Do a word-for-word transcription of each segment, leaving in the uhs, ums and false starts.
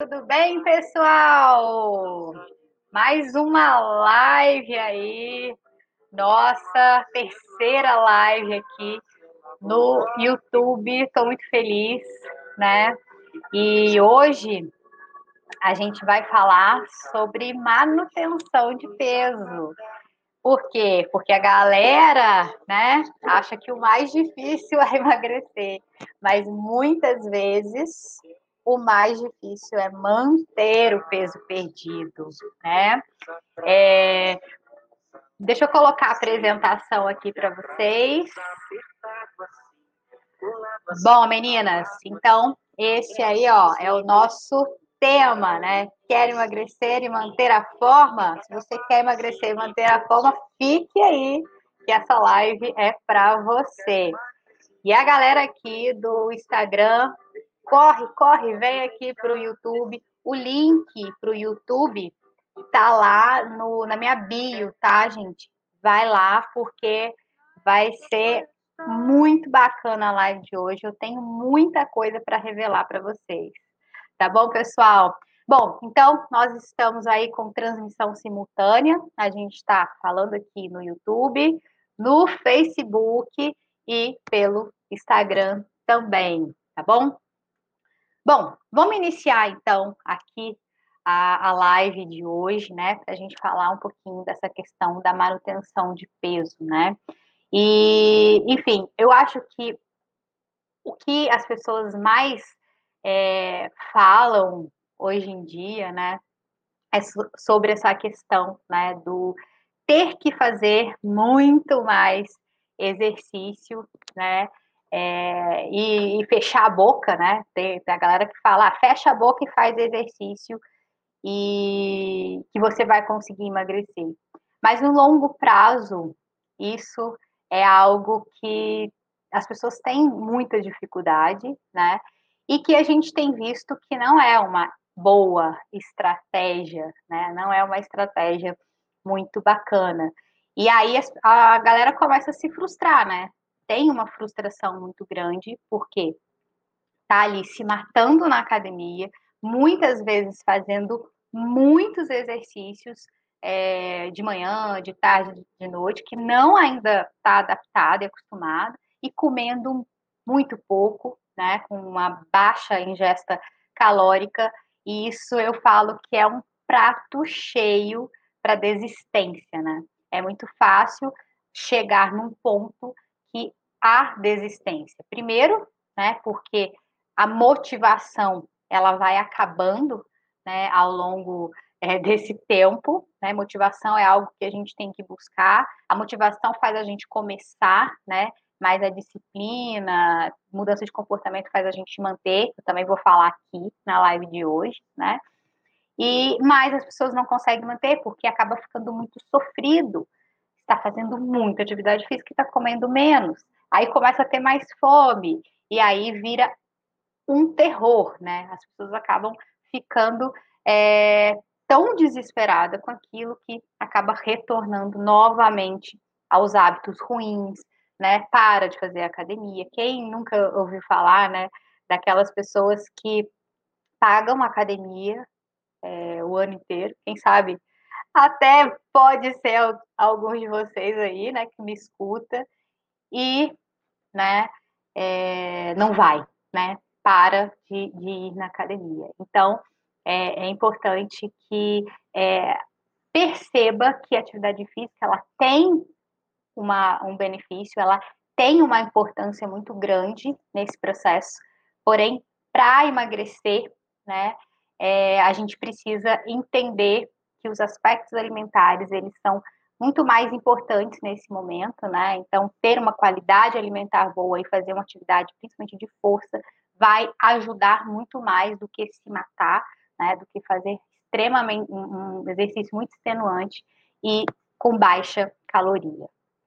tudo bem, pessoal? Mais uma live aí, nossa terceira live aqui no YouTube. Estou muito feliz, né? E hoje a gente vai falar sobre manutenção de peso. Por quê? Porque a galera, né, acha que o mais difícil é emagrecer, mas muitas vezes o mais difícil é manter o peso perdido, né? É, deixa eu colocar a apresentação aqui para vocês. Bom, meninas, então esse aí, ó, é o nosso tema, né? Quer emagrecer e manter a forma? Se você quer emagrecer e manter a forma, fique aí, que essa live é para você. E a galera aqui do Instagram, corre, corre, vem aqui para o YouTube. O link para o YouTube tá lá no, na minha bio, tá, gente? Vai lá, porque vai ser muito bacana a live de hoje. Eu tenho muita coisa para revelar para vocês. Tá bom, pessoal? Bom, então nós estamos aí com transmissão simultânea. A gente está falando aqui no YouTube, no Facebook e pelo Instagram também, tá bom? Bom, vamos iniciar então aqui a, a live de hoje, né? Para a gente falar um pouquinho dessa questão da manutenção de peso, né? E, enfim, eu acho que o que as pessoas mais é, falam hoje em dia, né, é so- sobre essa questão, né, do ter que fazer muito mais exercício, né, é, e, e fechar a boca, né, tem, tem a galera que fala, ah, fecha a boca e faz exercício e que você vai conseguir emagrecer. Mas no longo prazo, isso é algo que as pessoas têm muita dificuldade, né? E que a gente tem visto que não é uma boa estratégia, né? Não é uma estratégia muito bacana. E aí a galera começa a se frustrar, né? Tem uma frustração muito grande, porque tá ali se matando na academia, muitas vezes fazendo muitos exercícios é, de manhã, de tarde, de noite, que não ainda está adaptado e acostumado, e comendo muito pouco, né, com uma baixa ingesta calórica, e isso eu falo que é um prato cheio para desistência, né? É muito fácil chegar num ponto que há desistência. Primeiro, né, porque a motivação ela vai acabando, né, ao longo é, desse tempo, né? Motivação é algo que a gente tem que buscar. A motivação faz a gente começar, né? Mas a disciplina, mudança de comportamento faz a gente manter. Eu também vou falar aqui na live de hoje, né? E mais as pessoas não conseguem manter porque acaba ficando muito sofrido. Está fazendo muita atividade física e está comendo menos. Aí começa a ter mais fome e aí vira um terror, né? As pessoas acabam ficando é, tão desesperadas com aquilo que acaba retornando novamente aos hábitos ruins, né? Para de fazer academia. Quem nunca ouviu falar, né? Daquelas pessoas que pagam academia é, o ano inteiro, quem sabe até pode ser alguns de vocês aí, né, que me escuta e, né, é, não vai, né, para de, de ir na academia. Então, é, é importante que é, perceba que a atividade física, ela tem uma, um benefício, ela tem uma importância muito grande nesse processo, porém, para emagrecer, né, é, a gente precisa entender que os aspectos alimentares, eles são muito mais importantes nesse momento, né? Então, ter uma qualidade alimentar boa e fazer uma atividade, principalmente de força, vai ajudar muito mais do que se matar, né? Do que fazer extremamente um, um exercício muito extenuante e com baixa caloria.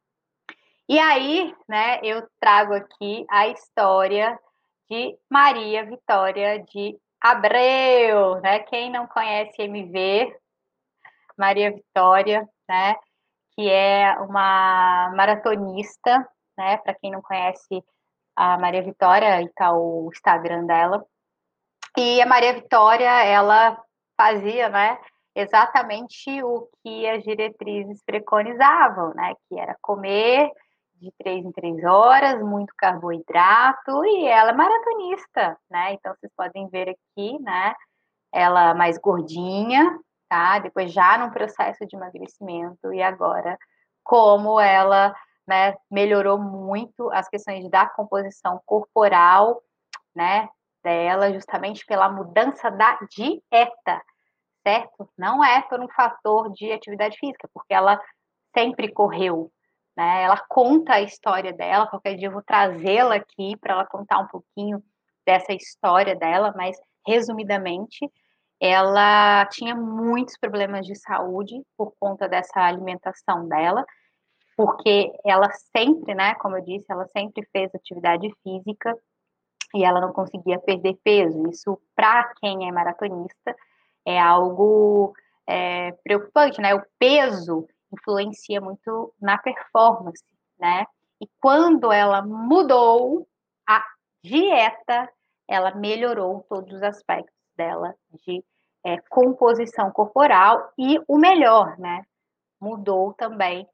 E aí, né, eu trago aqui a história de Maria Vitória de Abreu, né? Quem não conhece M V, Maria Vitória, né, que é uma maratonista, né? Para quem não conhece a Maria Vitória, aí tá o Instagram dela. E a Maria Vitória, ela fazia, né, exatamente o que as diretrizes preconizavam, né, que era comer de três em três horas, muito carboidrato, e ela é maratonista, né, então vocês podem ver aqui, né, ela mais gordinha, tá, depois já num processo de emagrecimento, e agora como ela, né, melhorou muito as questões da composição corporal, né, dela, justamente pela mudança da dieta, certo? Não é por um fator de atividade física, porque ela sempre correu, né? Ela conta a história dela, qualquer dia eu vou trazê-la aqui para ela contar um pouquinho dessa história dela, mas resumidamente, ela tinha muitos problemas de saúde por conta dessa alimentação dela, porque ela sempre, né, como eu disse, ela sempre fez atividade física e ela não conseguia perder peso. Isso, para quem é maratonista, é algo é, preocupante, né? O peso influencia muito na performance, né? E quando ela mudou a dieta, ela melhorou todos os aspectos dela de é, composição corporal e o melhor, né? Mudou também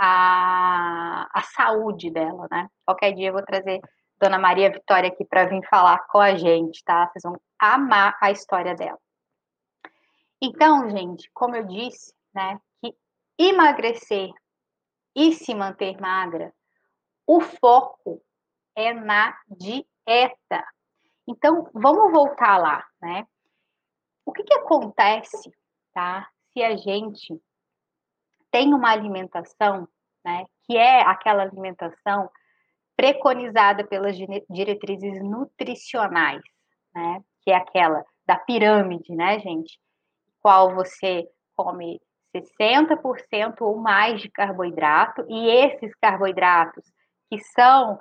a, a saúde dela, né? Qualquer dia eu vou trazer Dona Maria Vitória aqui para vir falar com a gente, tá? Vocês vão amar a história dela. Então, gente, como eu disse, né, que emagrecer e se manter magra, o foco é na dieta. Então, vamos voltar lá, né? O que que acontece, tá? Se a gente tem uma alimentação, né, que é aquela alimentação preconizada pelas diretrizes nutricionais, né, que é aquela da pirâmide, né, gente, qual você come sessenta por cento ou mais de carboidrato, e esses carboidratos que são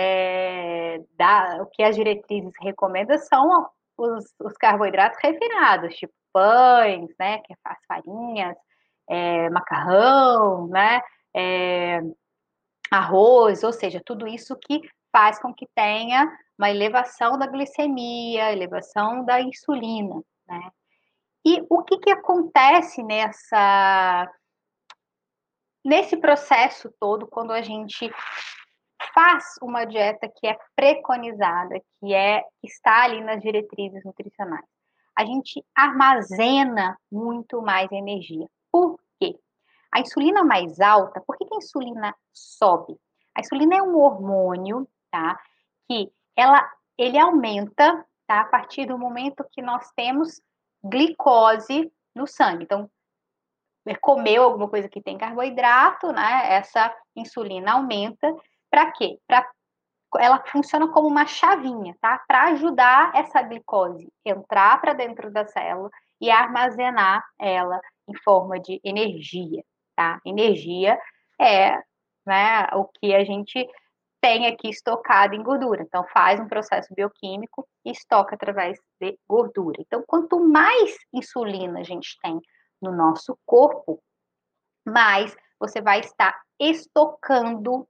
é, da, o que as diretrizes recomendam são os, os carboidratos refinados, tipo pães, né, que é as farinhas, é, macarrão, né, é, arroz, ou seja, tudo isso que faz com que tenha uma elevação da glicemia, elevação da insulina, né? E o que, que acontece nessa, nesse processo todo quando a gente faz uma dieta que é preconizada, que é está ali nas diretrizes nutricionais? A gente armazena muito mais energia. Por quê? A insulina mais alta, por que, que a insulina sobe? A insulina é um hormônio, tá? Que ela, ele aumenta, tá? A partir do momento que nós temos glicose no sangue. Então, comeu alguma coisa que tem carboidrato, né? Essa insulina aumenta. Para quê? Para ela funciona como uma chavinha, tá? Para ajudar essa glicose entrar para dentro da célula e armazenar ela em forma de energia, tá? Energia é, né, o que a gente tem aqui estocado em gordura. Então, faz um processo bioquímico e estoca através de gordura. Então, quanto mais insulina a gente tem no nosso corpo, mais você vai estar estocando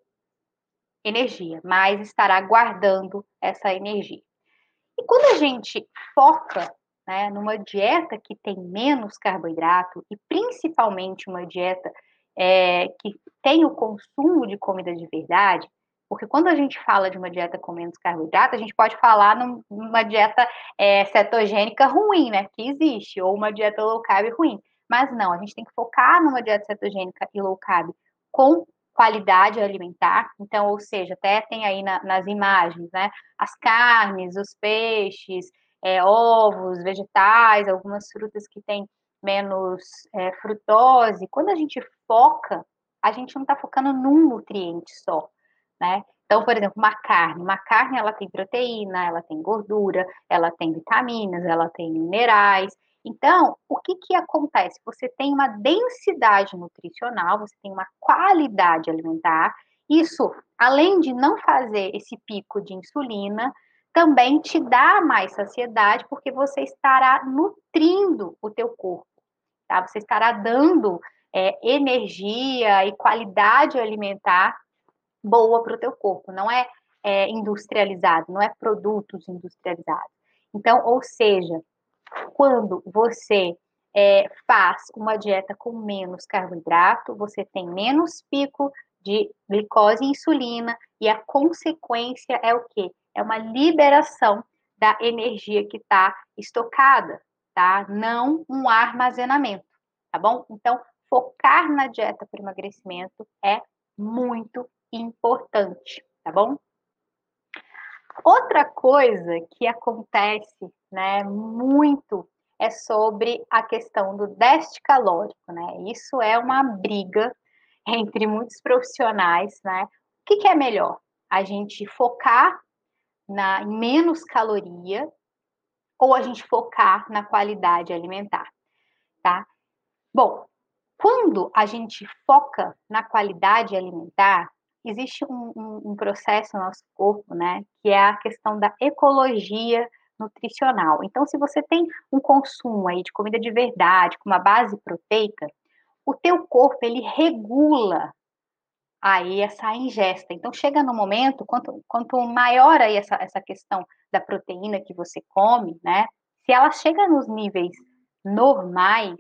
energia, mais estará guardando essa energia. E quando a gente foca, né, numa dieta que tem menos carboidrato e principalmente uma dieta é, que tem o consumo de comida de verdade, porque quando a gente fala de uma dieta com menos carboidrato, a gente pode falar num, numa dieta é, cetogênica ruim, né, que existe, ou uma dieta low carb ruim. Mas não, a gente tem que focar numa dieta cetogênica e low carb com qualidade alimentar. Então, ou seja, até tem aí na, nas imagens, né, as carnes, os peixes, é, ovos, vegetais, algumas frutas que têm menos é, frutose. Quando a gente foca, a gente não está focando num nutriente só, né? Então, por exemplo, uma carne. Uma carne, ela tem proteína, ela tem gordura, ela tem vitaminas, ela tem minerais. Então, o que que acontece? Você tem uma densidade nutricional, você tem uma qualidade alimentar. Isso, além de não fazer esse pico de insulina, também te dá mais saciedade, porque você estará nutrindo o teu corpo, tá? Você estará dando é, energia e qualidade alimentar boa para o teu corpo. Não é, é industrializado, não é produtos industrializados. Então, ou seja, quando você é, faz uma dieta com menos carboidrato, você tem menos pico de glicose e insulina, e a consequência é o quê? É uma liberação da energia que está estocada, tá? Não um armazenamento, tá bom? Então, focar na dieta para emagrecimento é muito importante, tá bom? Outra coisa que acontece, né, muito é sobre a questão do déficit calórico, né? Isso é uma briga entre muitos profissionais, né? O que, que é melhor? A gente focar na, em menos caloria ou a gente focar na qualidade alimentar, tá? Bom, quando a gente foca na qualidade alimentar, existe um, um, um processo no nosso corpo, né, que é a questão da ecologia nutricional. Então, se você tem um consumo aí de comida de verdade, com uma base proteica, o teu corpo, ele regula aí essa ingesta. Então, chega no momento, quanto, quanto maior aí essa, essa questão da proteína que você come, né, se ela chega nos níveis normais,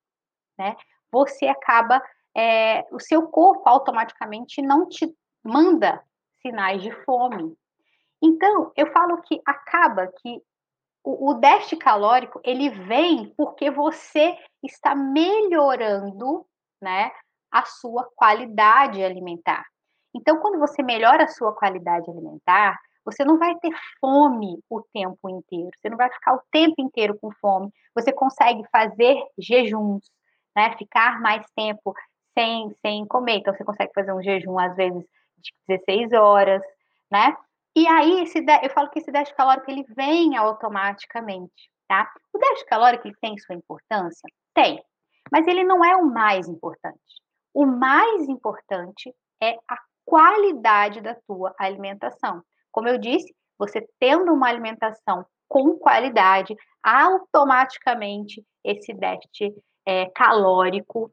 né? Você acaba, é, o seu corpo automaticamente não te manda sinais de fome. Então, eu falo que acaba que o, o déficit calórico, ele vem porque você está melhorando, né, a sua qualidade alimentar. Então, quando você melhora a sua qualidade alimentar, você não vai ter fome o tempo inteiro, você não vai ficar o tempo inteiro com fome, você consegue fazer jejuns, né, ficar mais tempo sem, sem comer. Então, você consegue fazer um jejum, às vezes, de dezesseis horas, né? E aí, esse, eu falo que esse déficit calórico, ele vem automaticamente, tá? O déficit calórico, ele tem sua importância? Tem, mas ele não é o mais importante. O mais importante é a qualidade da tua alimentação. Como eu disse, você tendo uma alimentação com qualidade, automaticamente esse déficit é, calórico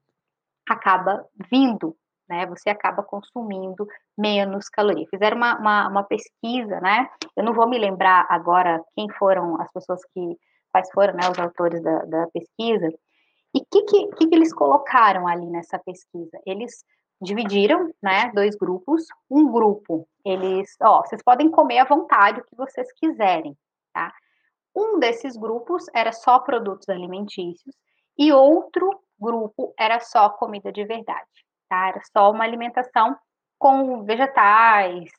acaba vindo, né? Você acaba consumindo menos calorias. Fizeram uma, uma, uma, pesquisa, né? Eu não vou me lembrar agora quem foram as pessoas que, quais foram, né, os autores da, da pesquisa, e o que, que, que, que eles colocaram ali nessa pesquisa? Eles dividiram, né, dois grupos. Um grupo, eles, ó, vocês podem comer à vontade o que vocês quiserem, tá? Um desses grupos era só produtos alimentícios e outro grupo era só comida de verdade, tá? Era só uma alimentação com vegetais,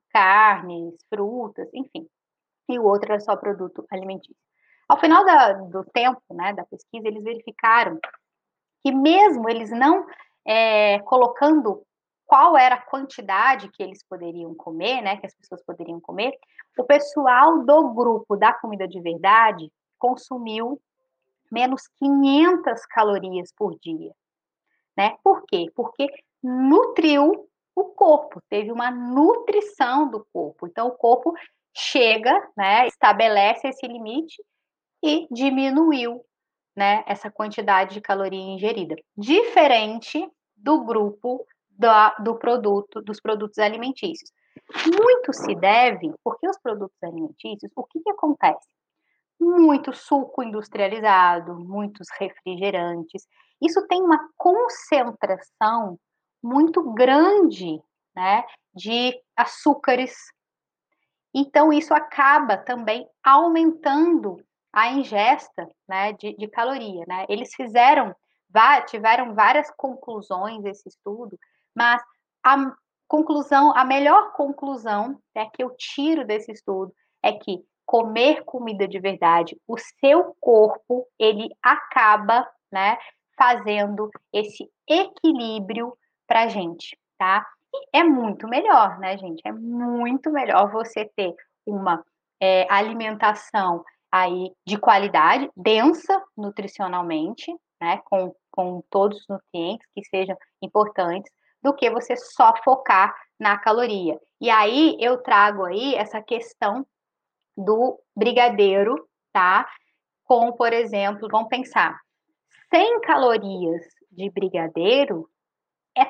carnes, frutas, enfim. E o outro era só produto alimentício. Ao final da, do tempo, né, da pesquisa, eles verificaram que mesmo eles não é, colocando qual era a quantidade que eles poderiam comer, né, que as pessoas poderiam comer, o pessoal do grupo da comida de verdade consumiu menos quinhentas calorias por dia, né? Por quê? Porque nutriu o corpo, teve uma nutrição do corpo. Então o corpo chega, né, estabelece esse limite e diminuiu, né, essa quantidade de caloria ingerida. Diferente do grupo da, do produto, dos produtos alimentícios. Muito se deve, porque os produtos alimentícios, o que, que acontece? Muito suco industrializado, muitos refrigerantes. Isso tem uma concentração muito grande, né, de açúcares. Então, isso acaba também aumentando a ingesta, né, de, de caloria, né? Eles fizeram, tiveram várias conclusões esse estudo, mas a conclusão, a melhor conclusão, né, que eu tiro desse estudo é que comer comida de verdade, o seu corpo, ele acaba, né, fazendo esse equilíbrio para a gente, tá? É muito melhor, né, gente? É muito melhor você ter uma é, alimentação aí de qualidade, densa nutricionalmente, né, com, com todos os nutrientes que sejam importantes, do que você só focar na caloria. E aí eu trago aí essa questão do brigadeiro, tá? Com, por exemplo, vamos pensar, cem calorias de brigadeiro é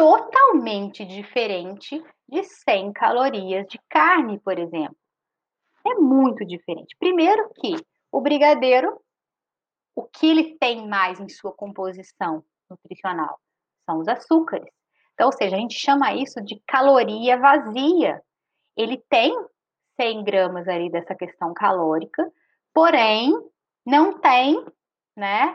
totalmente diferente de cem calorias de carne, por exemplo. É muito diferente. Primeiro que o brigadeiro, o que ele tem mais em sua composição nutricional são os açúcares. Então, ou seja, a gente chama isso de caloria vazia. Ele tem cem gramas ali dessa questão calórica, porém não tem, né,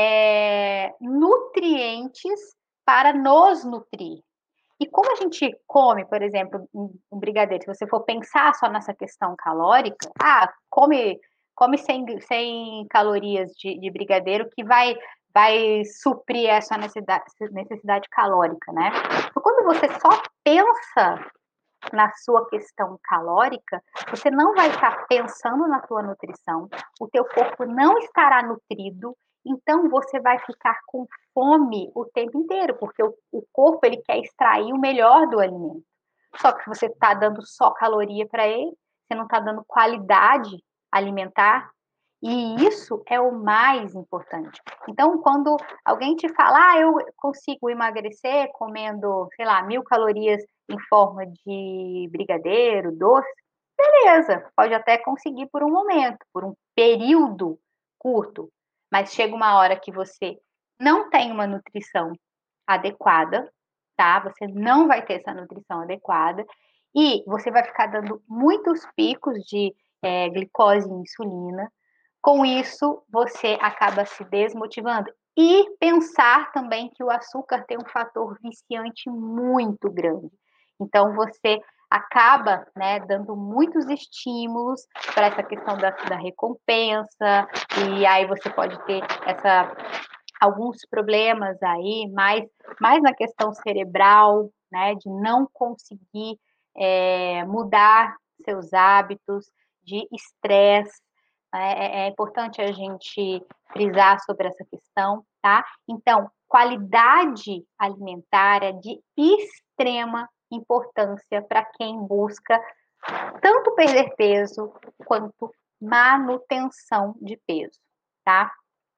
é, nutrientes para nos nutrir. E como a gente come, por exemplo, um, um brigadeiro, se você for pensar só nessa questão calórica, ah, come, come cem, cem calorias de, de brigadeiro que vai, vai suprir essa necessidade, necessidade calórica, né? Então, quando você só pensa na sua questão calórica, você não vai estar pensando na tua nutrição, o teu corpo não estará nutrido, então você vai ficar com fome o tempo inteiro, porque o, o corpo ele quer extrair o melhor do alimento. Só que você está dando só caloria para ele, você não está dando qualidade alimentar, e isso é o mais importante. Então, quando alguém te fala, ah, eu consigo emagrecer comendo, sei lá, mil calorias em forma de brigadeiro, doce, beleza, pode até conseguir por um momento, por um período curto, mas chega uma hora que você não tem uma nutrição adequada, tá? Você não vai ter essa nutrição adequada e você vai ficar dando muitos picos de é, glicose e insulina. Com isso, você acaba se desmotivando. E pensar também que o açúcar tem um fator viciante muito grande. Então, você acaba, né, dando muitos estímulos para essa questão da, da recompensa, e aí você pode ter essa, alguns problemas aí, mais, mais na questão cerebral, né, de não conseguir é, mudar seus hábitos, de estresse. É, é importante a gente frisar sobre essa questão, tá? Então, qualidade alimentar é de extrema importância para quem busca tanto perder peso quanto manutenção de peso, tá?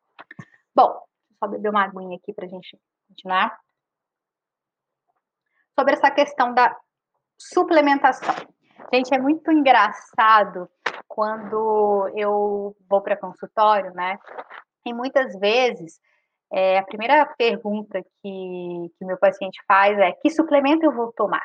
Bom, só beber uma aguinha aqui para a gente continuar. Sobre essa questão da suplementação. Gente, é muito engraçado quando eu vou para consultório, né? E muitas vezes é, a primeira pergunta que o meu paciente faz é: que suplemento eu vou tomar?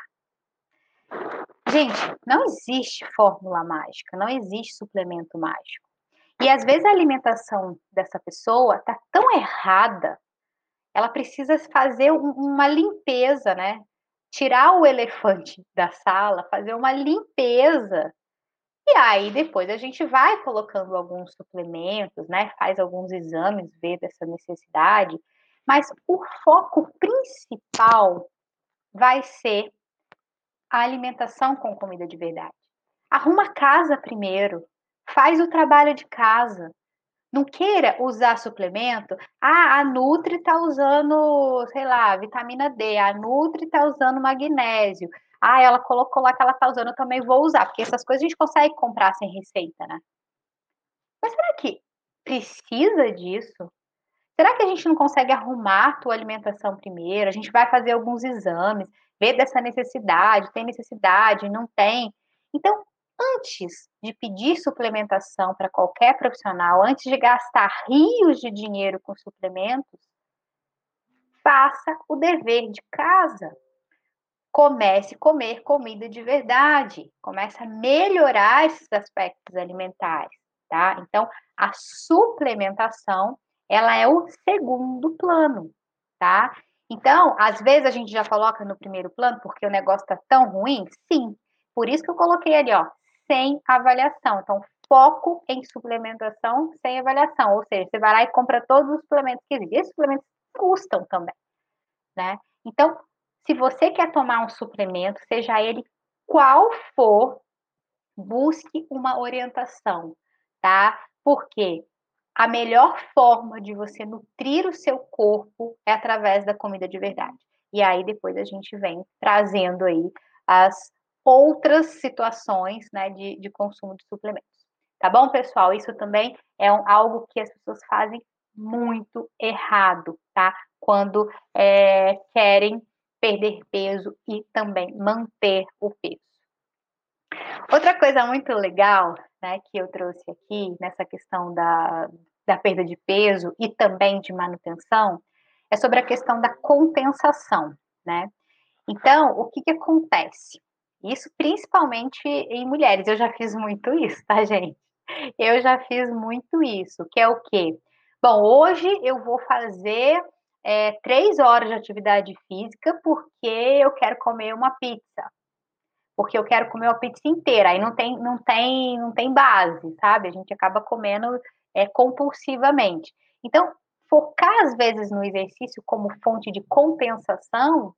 Gente, não existe fórmula mágica, não existe suplemento mágico. E às vezes a alimentação dessa pessoa está tão errada, ela precisa fazer um, uma limpeza, né? Tirar o elefante da sala, fazer uma limpeza. E aí depois a gente vai colocando alguns suplementos, né? Faz alguns exames, vê dessa necessidade. Mas o foco principal vai ser a alimentação com comida de verdade. Arruma a casa primeiro, faz o trabalho de casa. Não queira usar suplemento. Ah, a Nutri está usando, sei lá, vitamina D. A Nutri está usando magnésio. Ah, ela colocou lá que ela está usando, eu também vou usar. Porque essas coisas a gente consegue comprar sem receita, né? Mas será que precisa disso? Será que a gente não consegue arrumar a tua alimentação primeiro? A gente vai fazer alguns exames, ver dessa necessidade, tem necessidade, não tem. Então, antes de pedir suplementação para qualquer profissional, antes de gastar rios de dinheiro com suplementos, faça o dever de casa. Comece a comer comida de verdade, comece a melhorar esses aspectos alimentares, tá? Então, a suplementação, ela é o segundo plano, tá? Então, às vezes a gente já coloca no primeiro plano porque o negócio tá tão ruim? Sim. Por isso que eu coloquei ali, ó, sem avaliação. Então, foco em suplementação sem avaliação, ou seja, você vai lá e compra todos os suplementos que existem. Esses suplementos custam também, né? Então, se você quer tomar um suplemento, seja ele qual for, busque uma orientação, tá? Porque a melhor forma de você nutrir o seu corpo é através da comida de verdade. E aí depois a gente vem trazendo aí as outras situações, né, de, de consumo de suplementos. Tá bom, pessoal? Isso também é um, algo que as pessoas fazem muito errado, tá? Quando é, querem perder peso e também manter o peso. Outra coisa muito legal, né, que eu trouxe aqui nessa questão da da perda de peso e também de manutenção, é sobre a questão da compensação, né. Então, o que que acontece? Isso principalmente em mulheres, eu já fiz muito isso, tá, gente? Eu já fiz muito isso, que é o quê? Bom, hoje eu vou fazer, eh, três horas de atividade física, porque eu quero comer uma pizza, porque eu quero comer uma pizza inteira, aí não tem não tem não tem base, sabe, a gente acaba comendo, eh, compulsivamente. Então, focar às vezes no exercício como fonte de compensação,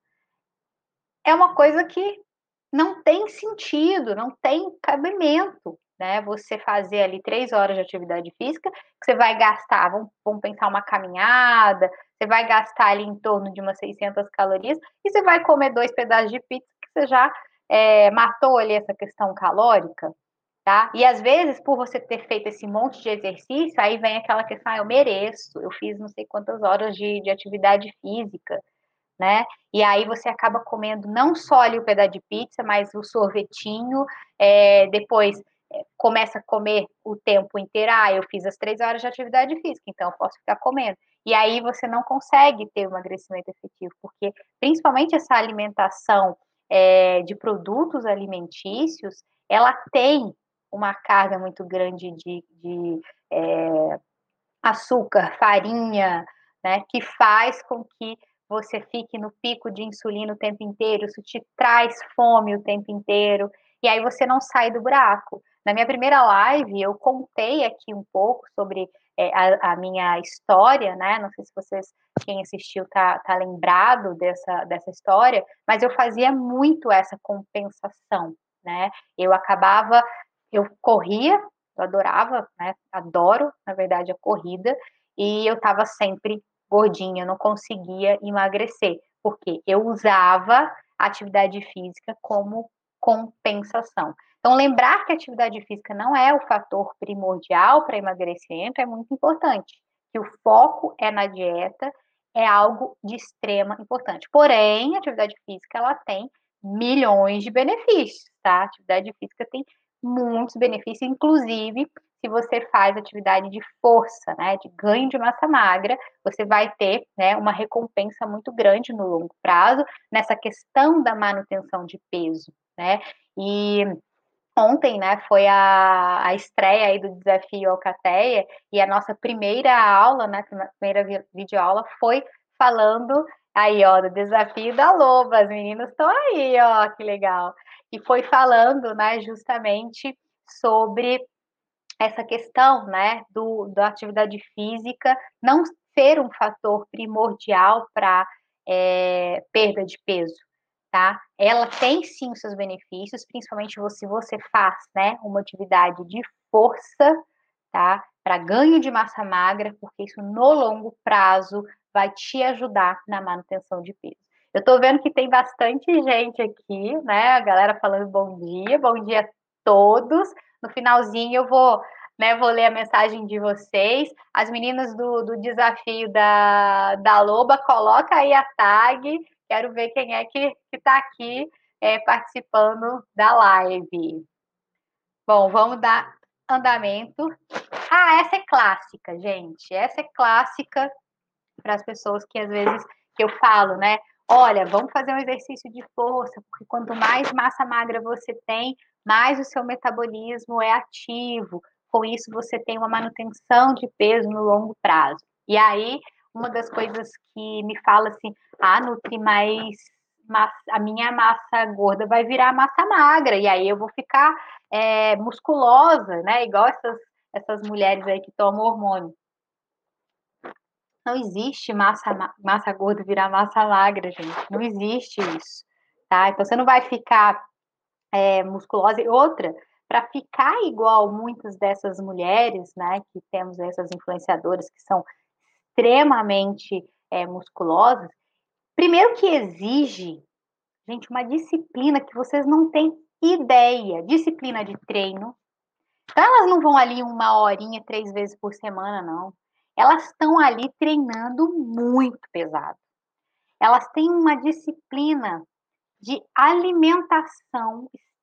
é uma coisa que não tem sentido, não tem cabimento, né, você fazer ali três horas de atividade física, que você vai gastar, vamos vamos pensar uma caminhada, você vai gastar ali em torno de umas seiscentas calorias, e você vai comer dois pedaços de pizza que você já, eh, matou ali essa questão calórica, tá. E às vezes, por você ter feito esse monte de exercício, aí vem aquela questão: "Ah, eu mereço, eu fiz não sei quantas horas de de atividade física", né. E aí você acaba comendo não só ali o pedaço de pizza, mas o sorvetinho, eh, depois, eh, começa a comer o tempo inteiro: "Ah, eu fiz as três horas de atividade física, então eu posso ficar comendo". E aí você não consegue ter o emagrecimento efetivo, porque principalmente essa alimentação, eh, de produtos alimentícios, ela tem uma carga muito grande de de, eh, açúcar, farinha, né, que faz com que você fique no pico de insulina o tempo inteiro, isso te traz fome o tempo inteiro, e aí você não sai do buraco. Na minha primeira live, eu contei aqui um pouco sobre, eh, a a minha história, né, não sei se vocês quem assistiu tá tá lembrado dessa dessa história, mas eu fazia muito essa compensação, né. Eu acabava eu corria, eu adorava, né, adoro, na verdade, a corrida, e eu estava sempre gordinha, eu não conseguia emagrecer, porque eu usava a atividade física como compensação. Então lembrar que a atividade física não é o fator primordial para emagrecimento é muito importante, que o foco é na dieta, é algo de extrema importância. Porém, a atividade física ela tem milhões de benefícios, tá? A atividade física tem muitos benefícios, inclusive se você faz atividade de força, né, de ganho de massa magra, você vai ter, né, uma recompensa muito grande no longo prazo, nessa questão da manutenção de peso, né. E ontem, né, foi a a estreia aí do desafio Alcateia, e a nossa primeira aula, né, primeira vi videoaula foi falando aí, ó, do desafio da loba, as meninas estão aí, ó, que legal. E foi falando, né, justamente sobre essa questão, né, do da atividade física não ser um fator primordial pra, eh, perda de peso, tá. Ela tem sim os seus benefícios, principalmente vo se você faz, né, uma atividade de força, tá, pra ganho de massa magra, porque isso no longo prazo vai te ajudar na manutenção de peso. Eu tô vendo que tem bastante gente aqui, né, a galera falando bom dia, bom dia a todos. No finalzinho eu vou, né, vou ler a mensagem de vocês. As meninas do do desafio da da loba, coloca aí a tag, quero ver quem é que que tá aqui, eh, participando da live. Bom, vamos dar andamento. Ah, essa é clássica, gente, essa é clássica para as pessoas que às vezes que eu falo, né: "Olha, vamos fazer um exercício de força, porque quanto mais massa magra você tem, mais o seu metabolismo é ativo, com isso você tem uma manutenção de peso no longo prazo". E aí, uma das coisas que me fala assim: "Ah, Nutri, mas mas a minha massa gorda vai virar massa magra, e aí eu vou ficar, eh, musculosa, né, igual essas essas mulheres aí que tomam hormônio". Não existe massa ma massa gorda virar massa magra, gente, não existe isso, tá. Então você não vai ficar, eh, musculosa e outra, pra ficar igual muitas dessas mulheres, né, que temos essas influenciadoras que são extremamente, eh, musculosas, primeiro que exige, gente, uma disciplina que vocês não têm ideia, disciplina de treino. Então elas não vão ali uma horinha três vezes por semana não, elas estão ali treinando muito pesado. Elas têm uma disciplina de alimentação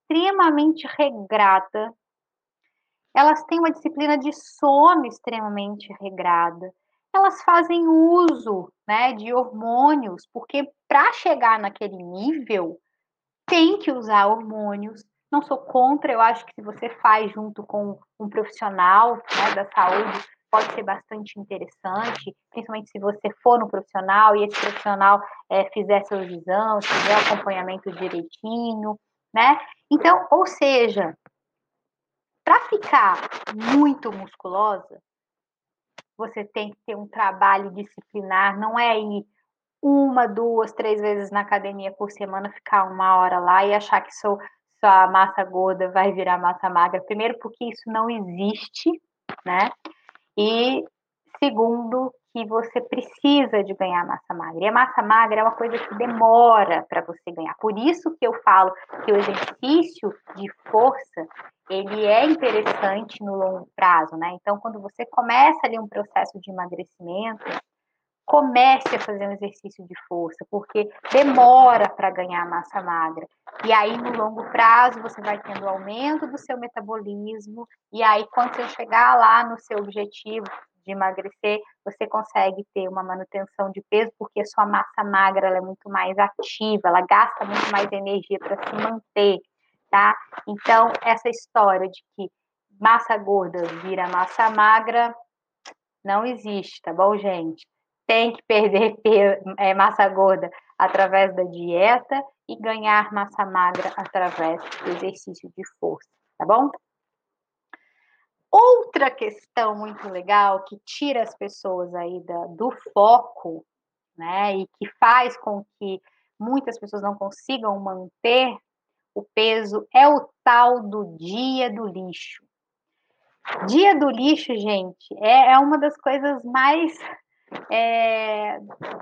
extremamente regrada, elas têm uma disciplina de sono extremamente regrada, elas fazem uso, né, de hormônios, porque para chegar naquele nível, tem que usar hormônios. Não sou contra, eu acho que se você faz junto com um profissional, né, da saúde, pode ser bastante interessante, principalmente se você for no profissional e esse profissional é, fizer seus exames, fizer o acompanhamento direitinho, né? Então, ou seja, para ficar muito musculosa, você tem que ter um trabalho disciplinar, não é ir uma, duas, três vezes na academia por semana, ficar uma hora lá e achar que sou, sua massa gorda vai virar massa magra. Primeiro, porque isso não existe, né? E segundo, que você precisa de ganhar massa magra. E a massa magra é uma coisa que demora para você ganhar. Por isso que eu falo que o exercício de força, ele é interessante no longo prazo, né? Então, quando você começa ali um processo de emagrecimento, comece a fazer um exercício de força, porque demora para ganhar massa magra. E aí, no longo prazo, você vai tendo aumento do seu metabolismo, e aí, quando você chegar lá no seu objetivo de emagrecer, você consegue ter uma manutenção de peso, porque a sua massa magra ela é muito mais ativa, ela gasta muito mais energia para se manter, tá? Então, essa história de que massa gorda vira massa magra não existe, tá bom, gente? Tem que perder é, massa gorda através da dieta e ganhar massa magra através do exercício de força, tá bom? Outra questão muito legal que tira as pessoas aí da, do foco, né, e que faz com que muitas pessoas não consigam manter o peso é o tal do dia do lixo. Dia do lixo, gente, é, é uma das coisas mais é,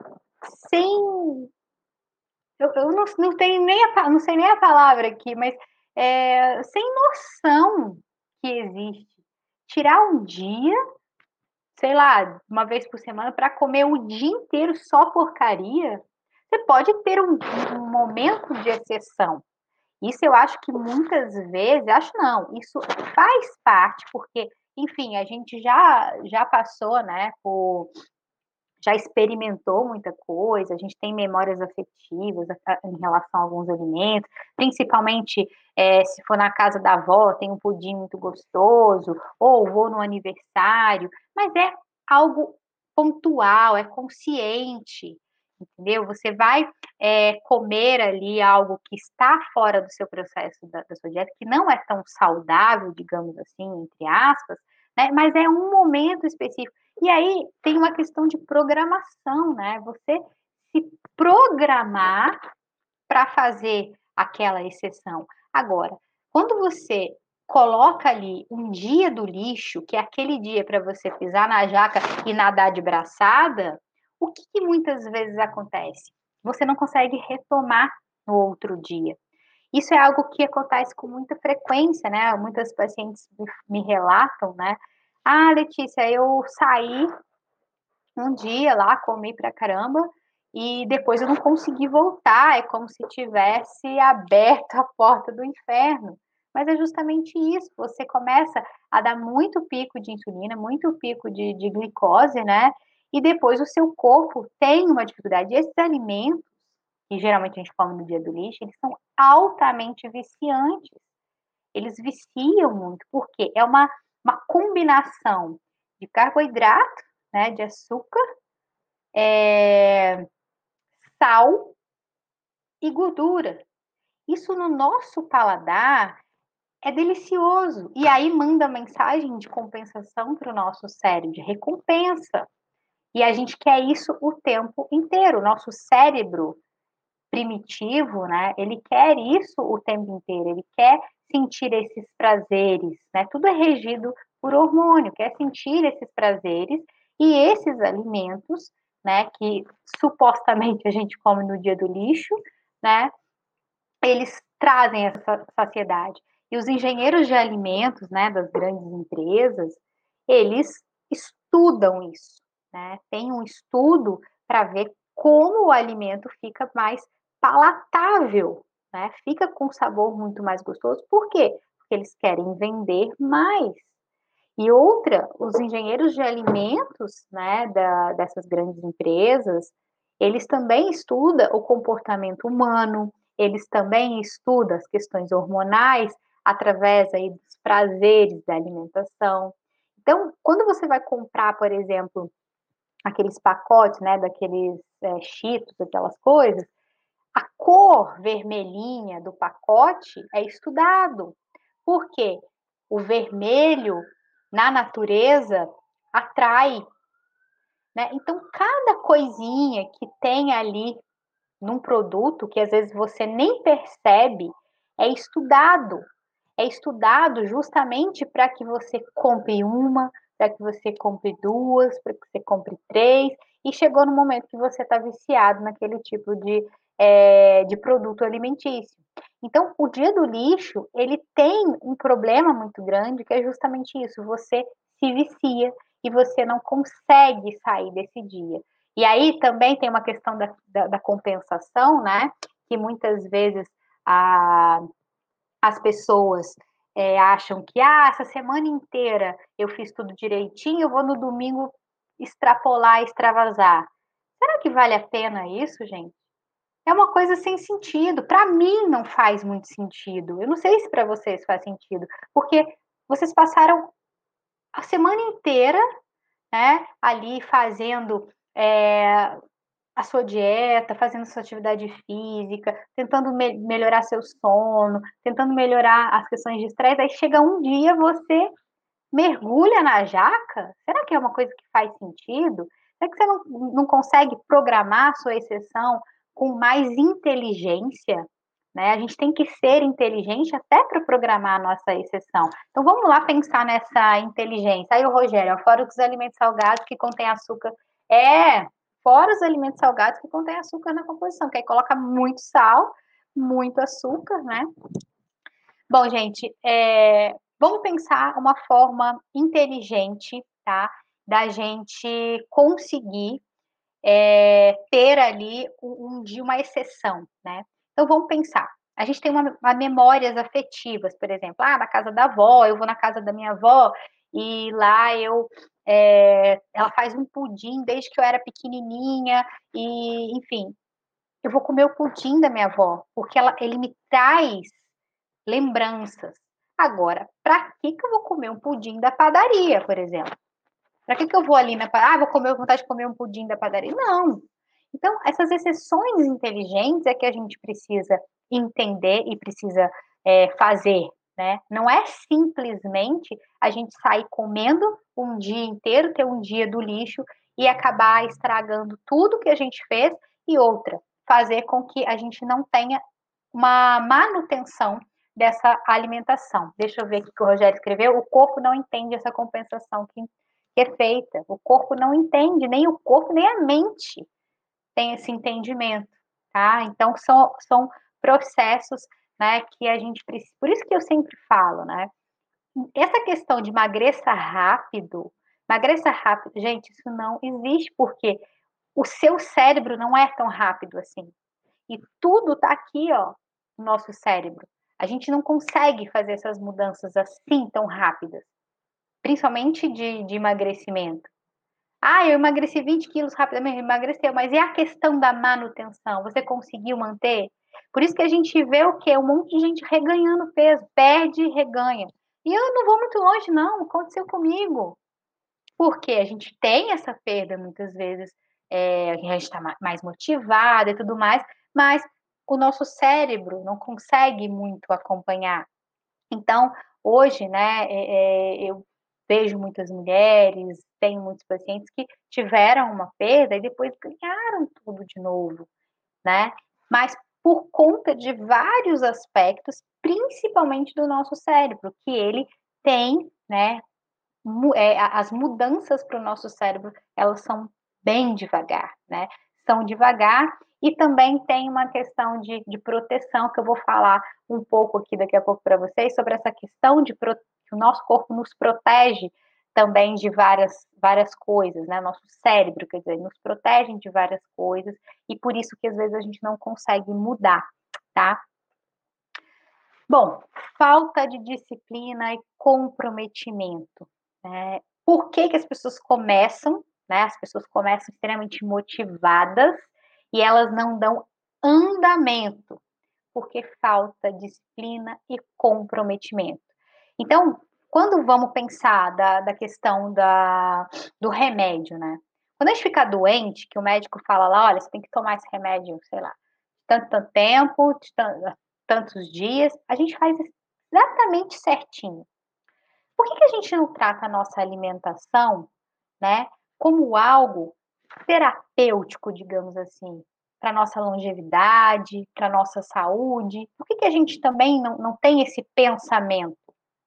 sem. Eu, eu não, não tenho nem a, não sei nem a palavra aqui, mas é, sem noção que existe. Tirar um dia, sei lá, uma vez por semana, para comer o dia inteiro só porcaria. Você pode ter um, um momento de exceção. Isso eu acho que muitas vezes, acho não, isso faz parte, porque, enfim, a gente já, já passou, né, por já experimentou muita coisa, a gente tem memórias afetivas em relação a alguns alimentos, principalmente é, se for na casa da avó, tem um pudim muito gostoso, ou vou no aniversário, mas é algo pontual, é consciente, entendeu? Você vai é, comer ali algo que está fora do seu processo, da, da sua dieta, que não é tão saudável, digamos assim, entre aspas, né? Mas é um momento específico. E aí tem uma questão de programação, né? Você se programar para fazer aquela exceção. Agora, quando você coloca ali um dia do lixo, que é aquele dia para você pisar na jaca e nadar de braçada, o que, que muitas vezes acontece? Você não consegue retomar no outro dia. Isso é algo que acontece com muita frequência, né? Muitas pacientes me relatam, né? Ah, Letícia, eu saí um dia lá, comi pra caramba, e depois eu não consegui voltar, é como se tivesse aberto a porta do inferno. Mas é justamente isso, você começa a dar muito pico de insulina, muito pico de, de glicose, né? E depois o seu corpo tem uma dificuldade. E esses alimentos, que geralmente a gente come no dia do lixo, eles são altamente viciantes. Eles viciam muito, porque é uma, uma combinação de carboidrato, né, de açúcar, é, sal e gordura. Isso no nosso paladar é delicioso. E aí manda mensagem de compensação para o nosso cérebro, de recompensa. E a gente quer isso o tempo inteiro. O nosso cérebro primitivo, né? Ele quer isso o tempo inteiro. Ele quer sentir esses prazeres, né? Tudo é regido por hormônio, quer sentir esses prazeres e esses alimentos, né? Que supostamente a gente come no dia do lixo, né? Eles trazem essa saciedade. E os engenheiros de alimentos, né? Das grandes empresas, eles estudam isso, né? Tem um estudo para ver como o alimento fica mais palatável, né? Fica com um sabor muito mais gostoso. Por quê? Porque eles querem vender mais. E outra, os engenheiros de alimentos, né, da, dessas grandes empresas, eles também estudam o comportamento humano, eles também estudam as questões hormonais através aí dos prazeres da alimentação. Então, quando você vai comprar, por exemplo, aqueles pacotes, né, daqueles é, Cheetos, aquelas coisas, a cor vermelhinha do pacote é estudado. Por quê? O vermelho na natureza atrai, né? Então, cada coisinha que tem ali num produto, que às vezes você nem percebe, é estudado. É estudado justamente para que você compre uma, para que você compre duas, para que você compre três, e chegou no momento que você está viciado naquele tipo de, é, de produto alimentício. Então, o dia do lixo, ele tem um problema muito grande, que é justamente isso, você se vicia e você não consegue sair desse dia. E aí também tem uma questão da, da, da compensação, né? Que muitas vezes a, as pessoas é, acham que ah, essa semana inteira eu fiz tudo direitinho, eu vou no domingo extrapolar, extravasar. Será que vale a pena isso, gente? É uma coisa sem sentido. Para mim não faz muito sentido. Eu não sei se para vocês faz sentido, porque vocês passaram a semana inteira, né, ali fazendo é, a sua dieta, fazendo sua atividade física, tentando me melhorar seu sono, tentando melhorar as questões de estresse, aí chega um dia você mergulha na jaca? Será que é uma coisa que faz sentido? Será que você não, não consegue programar a sua exceção com mais inteligência? Né? A gente tem que ser inteligente até para programar a nossa exceção. Então vamos lá pensar nessa inteligência. Aí o Rogério, fora os alimentos salgados que contêm açúcar. É, fora os alimentos salgados que contêm açúcar na composição, que aí coloca muito sal, muito açúcar, né? Bom, gente, é, vamos pensar uma forma inteligente, tá? Da gente conseguir é, ter ali um, um dia uma exceção, né? Então vamos pensar. A gente tem uma, uma memórias afetivas, por exemplo, ah, na casa da avó, eu vou na casa da minha avó e lá eu é, ela faz um pudim desde que eu era pequenininha e, enfim, eu vou comer o pudim da minha avó porque ela, ele me traz lembranças. Agora, para que que eu vou comer um pudim da padaria, por exemplo? Para que que eu vou ali na padaria? Ah, vou comer vontade de comer um pudim da padaria. Não. Então, essas exceções inteligentes é que a gente precisa entender e precisa é, fazer, né? Não é simplesmente a gente sair comendo um dia inteiro, ter um dia do lixo e acabar estragando tudo que a gente fez e outra, fazer com que a gente não tenha uma manutenção dessa alimentação. Deixa eu ver aqui o que o Rogério escreveu. O corpo não entende essa compensação que, que é feita. O corpo não entende, nem o corpo, nem a mente tem esse entendimento, tá? Então, são, são processos, né, que a gente precisa. Por isso que eu sempre falo, né? Essa questão de emagreça rápido, emagreça rápido, gente, isso não existe, porque o seu cérebro não é tão rápido assim. E tudo está aqui, ó, no nosso cérebro. A gente não consegue fazer essas mudanças assim tão rápidas, principalmente de, de emagrecimento. Ah, eu emagreci vinte quilos rapidamente, emagreceu, mas e a questão da manutenção? Você conseguiu manter? Por isso que a gente vê o quê? Um monte de gente reganhando peso, perde e reganha. E eu não vou muito longe, não, aconteceu comigo. Porque a gente tem essa perda muitas vezes, é, a gente está mais motivada e tudo mais, mas o nosso cérebro não consegue muito acompanhar. Então, hoje, né, é, é, eu vejo muitas mulheres, tenho muitos pacientes que tiveram uma perda e depois ganharam tudo de novo, né? Mas por conta de vários aspectos, principalmente do nosso cérebro, que ele tem, né, é, as mudanças para o nosso cérebro, elas são bem devagar, né? São devagar e também tem uma questão de, de proteção, que eu vou falar um pouco aqui daqui a pouco para vocês, sobre essa questão de pro, que o nosso corpo nos protege também de várias, várias coisas, né? Nosso cérebro, quer dizer, nos protege de várias coisas e por isso que às vezes a gente não consegue mudar, tá? Bom, falta de disciplina e comprometimento, né. Por que que as pessoas começam, né, as pessoas começam extremamente motivadas e elas não dão andamento, porque falta disciplina e comprometimento. Então, quando vamos pensar da da questão da do remédio, né, quando a gente fica doente, que o médico fala lá: "Olha, você tem que tomar esse remédio, sei lá, tanto, tanto tempo, de tan tantos dias", a gente faz exatamente certinho. Por que que a gente não trata a nossa alimentação, né, como algo terapêutico, digamos assim, para nossa longevidade, para nossa saúde? Por que que a gente também não não tem esse pensamento,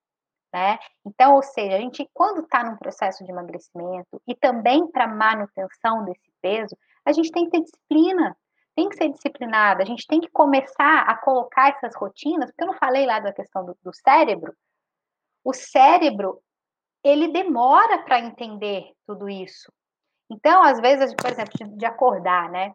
né? Então, ou seja, a gente quando está num processo de emagrecimento e também para manutenção desse peso, a gente tem que ter disciplina, tem que ser disciplinada, a gente tem que começar a colocar essas rotinas, porque eu não falei lá da questão do do cérebro, o cérebro, ele demora para entender tudo isso. Então, às vezes, por exemplo, de de acordar, né,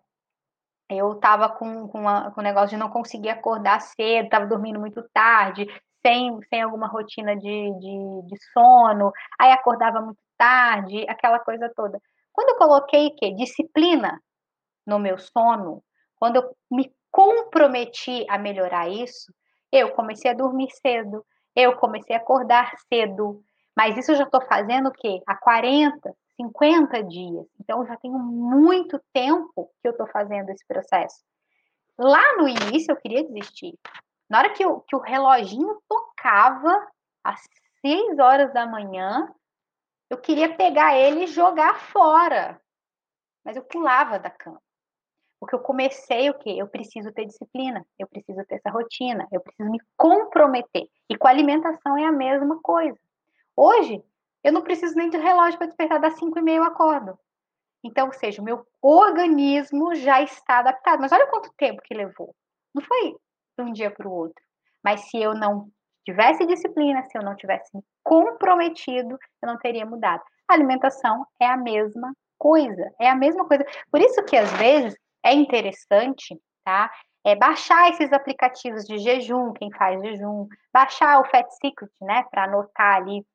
eu estava com com a com o negócio de não conseguir acordar cedo, estava dormindo muito tarde, sem sem alguma rotina de de de sono, aí acordava muito tarde, aquela coisa toda. Quando eu coloquei o quê? Disciplina no meu sono, quando eu me comprometi a melhorar isso, eu comecei a dormir cedo, eu comecei a acordar cedo, mas isso eu já estou fazendo o quê? Há quarenta, cinquenta dias, então eu já tenho muito tempo que eu estou fazendo esse processo. Lá no início eu queria desistir, na hora que o que o reloginho tocava, às seis horas da manhã, eu queria pegar ele e jogar fora, mas eu pulava da cama. Porque eu comecei o quê? Eu preciso ter disciplina, eu preciso ter essa rotina, eu preciso me comprometer. E com a alimentação é a mesma coisa. Hoje, eu não preciso nem de relógio para despertar, das cinco e meia eu acordo. Então, ou seja, o meu organismo já está adaptado. Mas olha quanto tempo que levou. Não foi de um dia para o outro. Mas se eu não tivesse disciplina, se eu não tivesse me comprometido, eu não teria mudado. A alimentação é a mesma coisa, é a mesma coisa. Por isso que às vezes é interessante, tá? É baixar esses aplicativos de jejum, quem faz jejum, baixar o Fat Secret, né, para anotar ali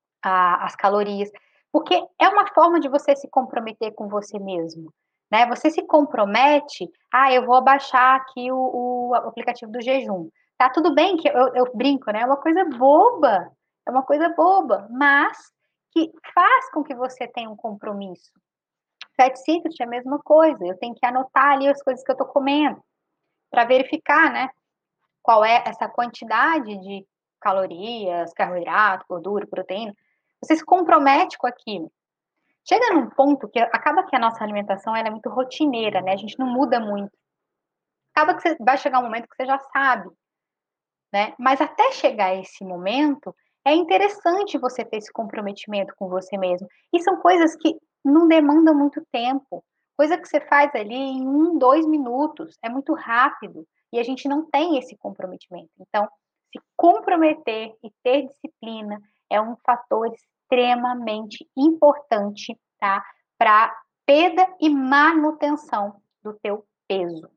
a as calorias, porque é uma forma de você se comprometer com você mesmo, né, você se compromete: "Ah, eu vou baixar aqui o o aplicativo do jejum". Tá tudo bem que eu eu brinco, né, é uma coisa boba, é uma coisa boba, mas que faz com que você tenha um compromisso. Fat Secret é a mesma coisa, eu tenho que anotar ali as coisas que eu estou comendo, para verificar, né, qual é essa quantidade de calorias, carboidrato, gordura, proteína, você se compromete com aquilo. Chega num ponto que acaba que a nossa alimentação ela é muito rotineira, né, a gente não muda muito. Acaba que você vai chegar um momento que você já sabe, né, mas até chegar esse momento, é interessante você ter esse comprometimento com você mesmo. E são coisas que não demandam muito tempo, coisa que você faz ali em um, dois minutos, é muito rápido, e a gente não tem esse comprometimento. Então, se comprometer e ter disciplina é um fator extremamente importante, tá, pra perda e manutenção do teu peso.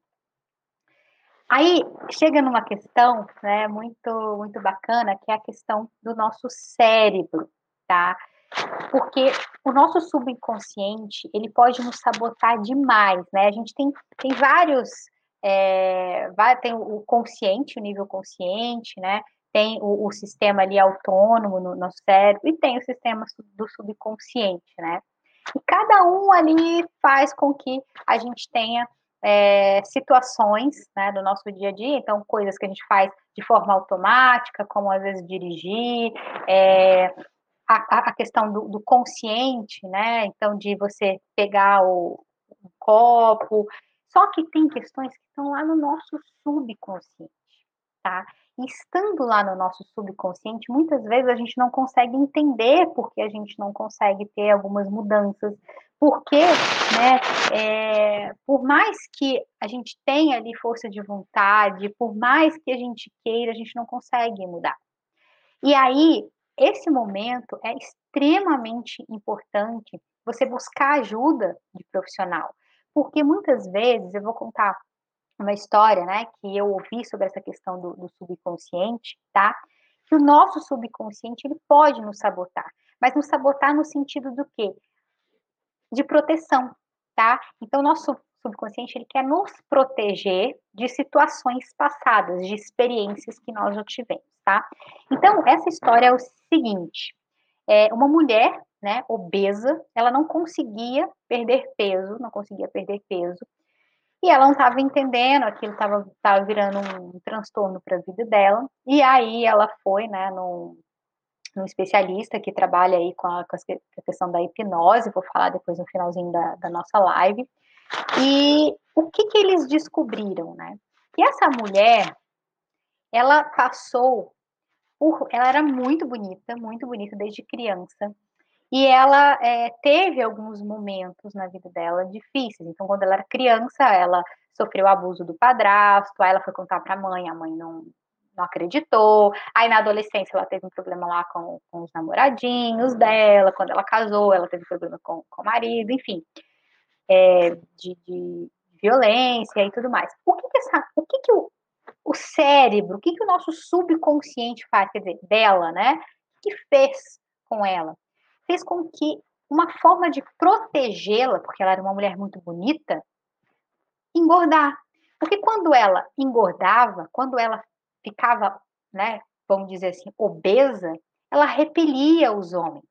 Aí, chega numa questão, né, muito muito bacana, que é a questão do nosso cérebro, tá. Porque o nosso subconsciente, ele pode nos sabotar demais, né, a gente tem tem vários, eh, vai tem o consciente, o nível consciente, né, tem o o sistema ali autônomo no nosso cérebro e tem o sistema sub do subconsciente, né. E cada um ali faz com que a gente tenha, eh, situações, né, do nosso dia a dia, então coisas que a gente faz de forma automática, como às vezes dirigir, eh, a a a questão do do consciente, né, então de você pegar o o copo, só que tem questões que estão lá no nosso subconsciente, tá. E estando lá no nosso subconsciente, muitas vezes a gente não consegue entender por que a gente não consegue ter algumas mudanças, porque, né, eh, por mais que a gente tenha ali força de vontade, por mais que a gente queira, a gente não consegue mudar. E aí, esse momento é extremamente importante você buscar ajuda de profissional, porque muitas vezes eu vou contar uma história, né, que eu ouvi sobre essa questão do, do subconsciente, tá? Que o nosso subconsciente, ele pode nos sabotar, mas nos sabotar no sentido do quê? De proteção, tá? Então, o nosso subconsciente, ele quer nos proteger de situações passadas, de experiências que nós já tivemos, tá? Então, essa história é o seguinte, é uma mulher, né, obesa, ela não conseguia perder peso, não conseguia perder peso, e ela não estava entendendo, aquilo estava tava virando um transtorno para a vida dela, e aí ela foi, né, num, num especialista que trabalha aí com a, com a questão da hipnose, vou falar depois no finalzinho da, da nossa live, e o que que eles descobriram, né? Que essa mulher, ela passou por, ela era muito bonita, muito bonita desde criança, e ela é, teve alguns momentos na vida dela difíceis. Então, quando ela era criança, ela sofreu abuso do padrasto, aí ela foi contar para a mãe, a mãe não, não acreditou. Aí, na adolescência, ela teve um problema lá com, com os namoradinhos dela. Quando ela casou, ela teve problema com, com o marido, enfim, é, de, de violência e tudo mais. O que que, essa, o, que que o, o cérebro, o que que o nosso subconsciente faz, quer dizer, dela, né? O que fez com ela? Fez com que uma forma de protegê-la, porque ela era uma mulher muito bonita, engordar. Porque quando ela engordava, quando ela ficava, né, vamos dizer assim, obesa, ela repelia os homens.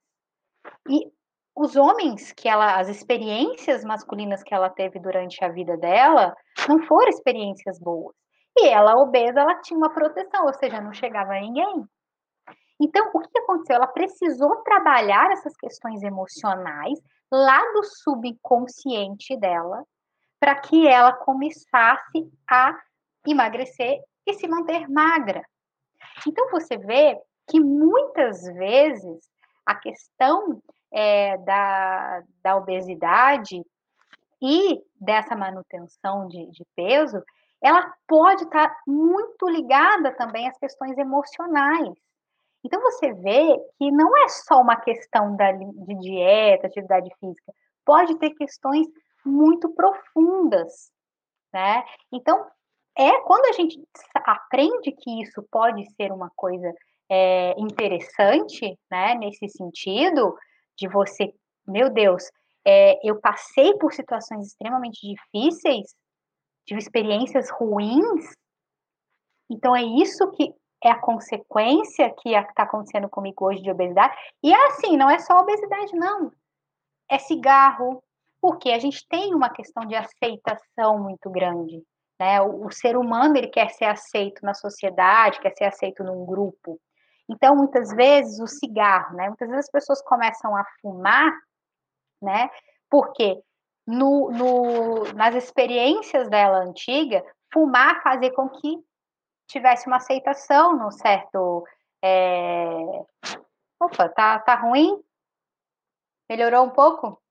E os homens que ela, as experiências masculinas que ela teve durante a vida dela, não foram experiências boas. E ela, obesa, ela tinha uma proteção, ou seja, não chegava a ninguém. Então, o que aconteceu? Ela precisou trabalhar essas questões emocionais lá do subconsciente dela, para que ela começasse a emagrecer e se manter magra. Então, você vê que muitas vezes a questão é, da, da obesidade e dessa manutenção de, de peso, ela pode estar muito ligada também às questões emocionais. Então, você vê que não é só uma questão da, de dieta, atividade física, pode ter questões muito profundas, né? Então, é quando a gente aprende que isso pode ser uma coisa é, interessante, né? Nesse sentido, de você, meu Deus, é, eu passei por situações extremamente difíceis, tive experiências ruins, então é isso que é a consequência que está acontecendo comigo hoje de obesidade. E é assim, não é só obesidade, não. É cigarro, porque a gente tem uma questão de aceitação muito grande, né? O, o ser humano, ele quer ser aceito na sociedade, quer ser aceito num grupo. Então, muitas vezes, o cigarro, né? Muitas vezes as pessoas começam a fumar, né? Porque no, no, nas experiências dela antiga, fumar fazia com que tivesse uma aceitação num certo. É... Opa, tá, tá ruim? Melhorou um pouco?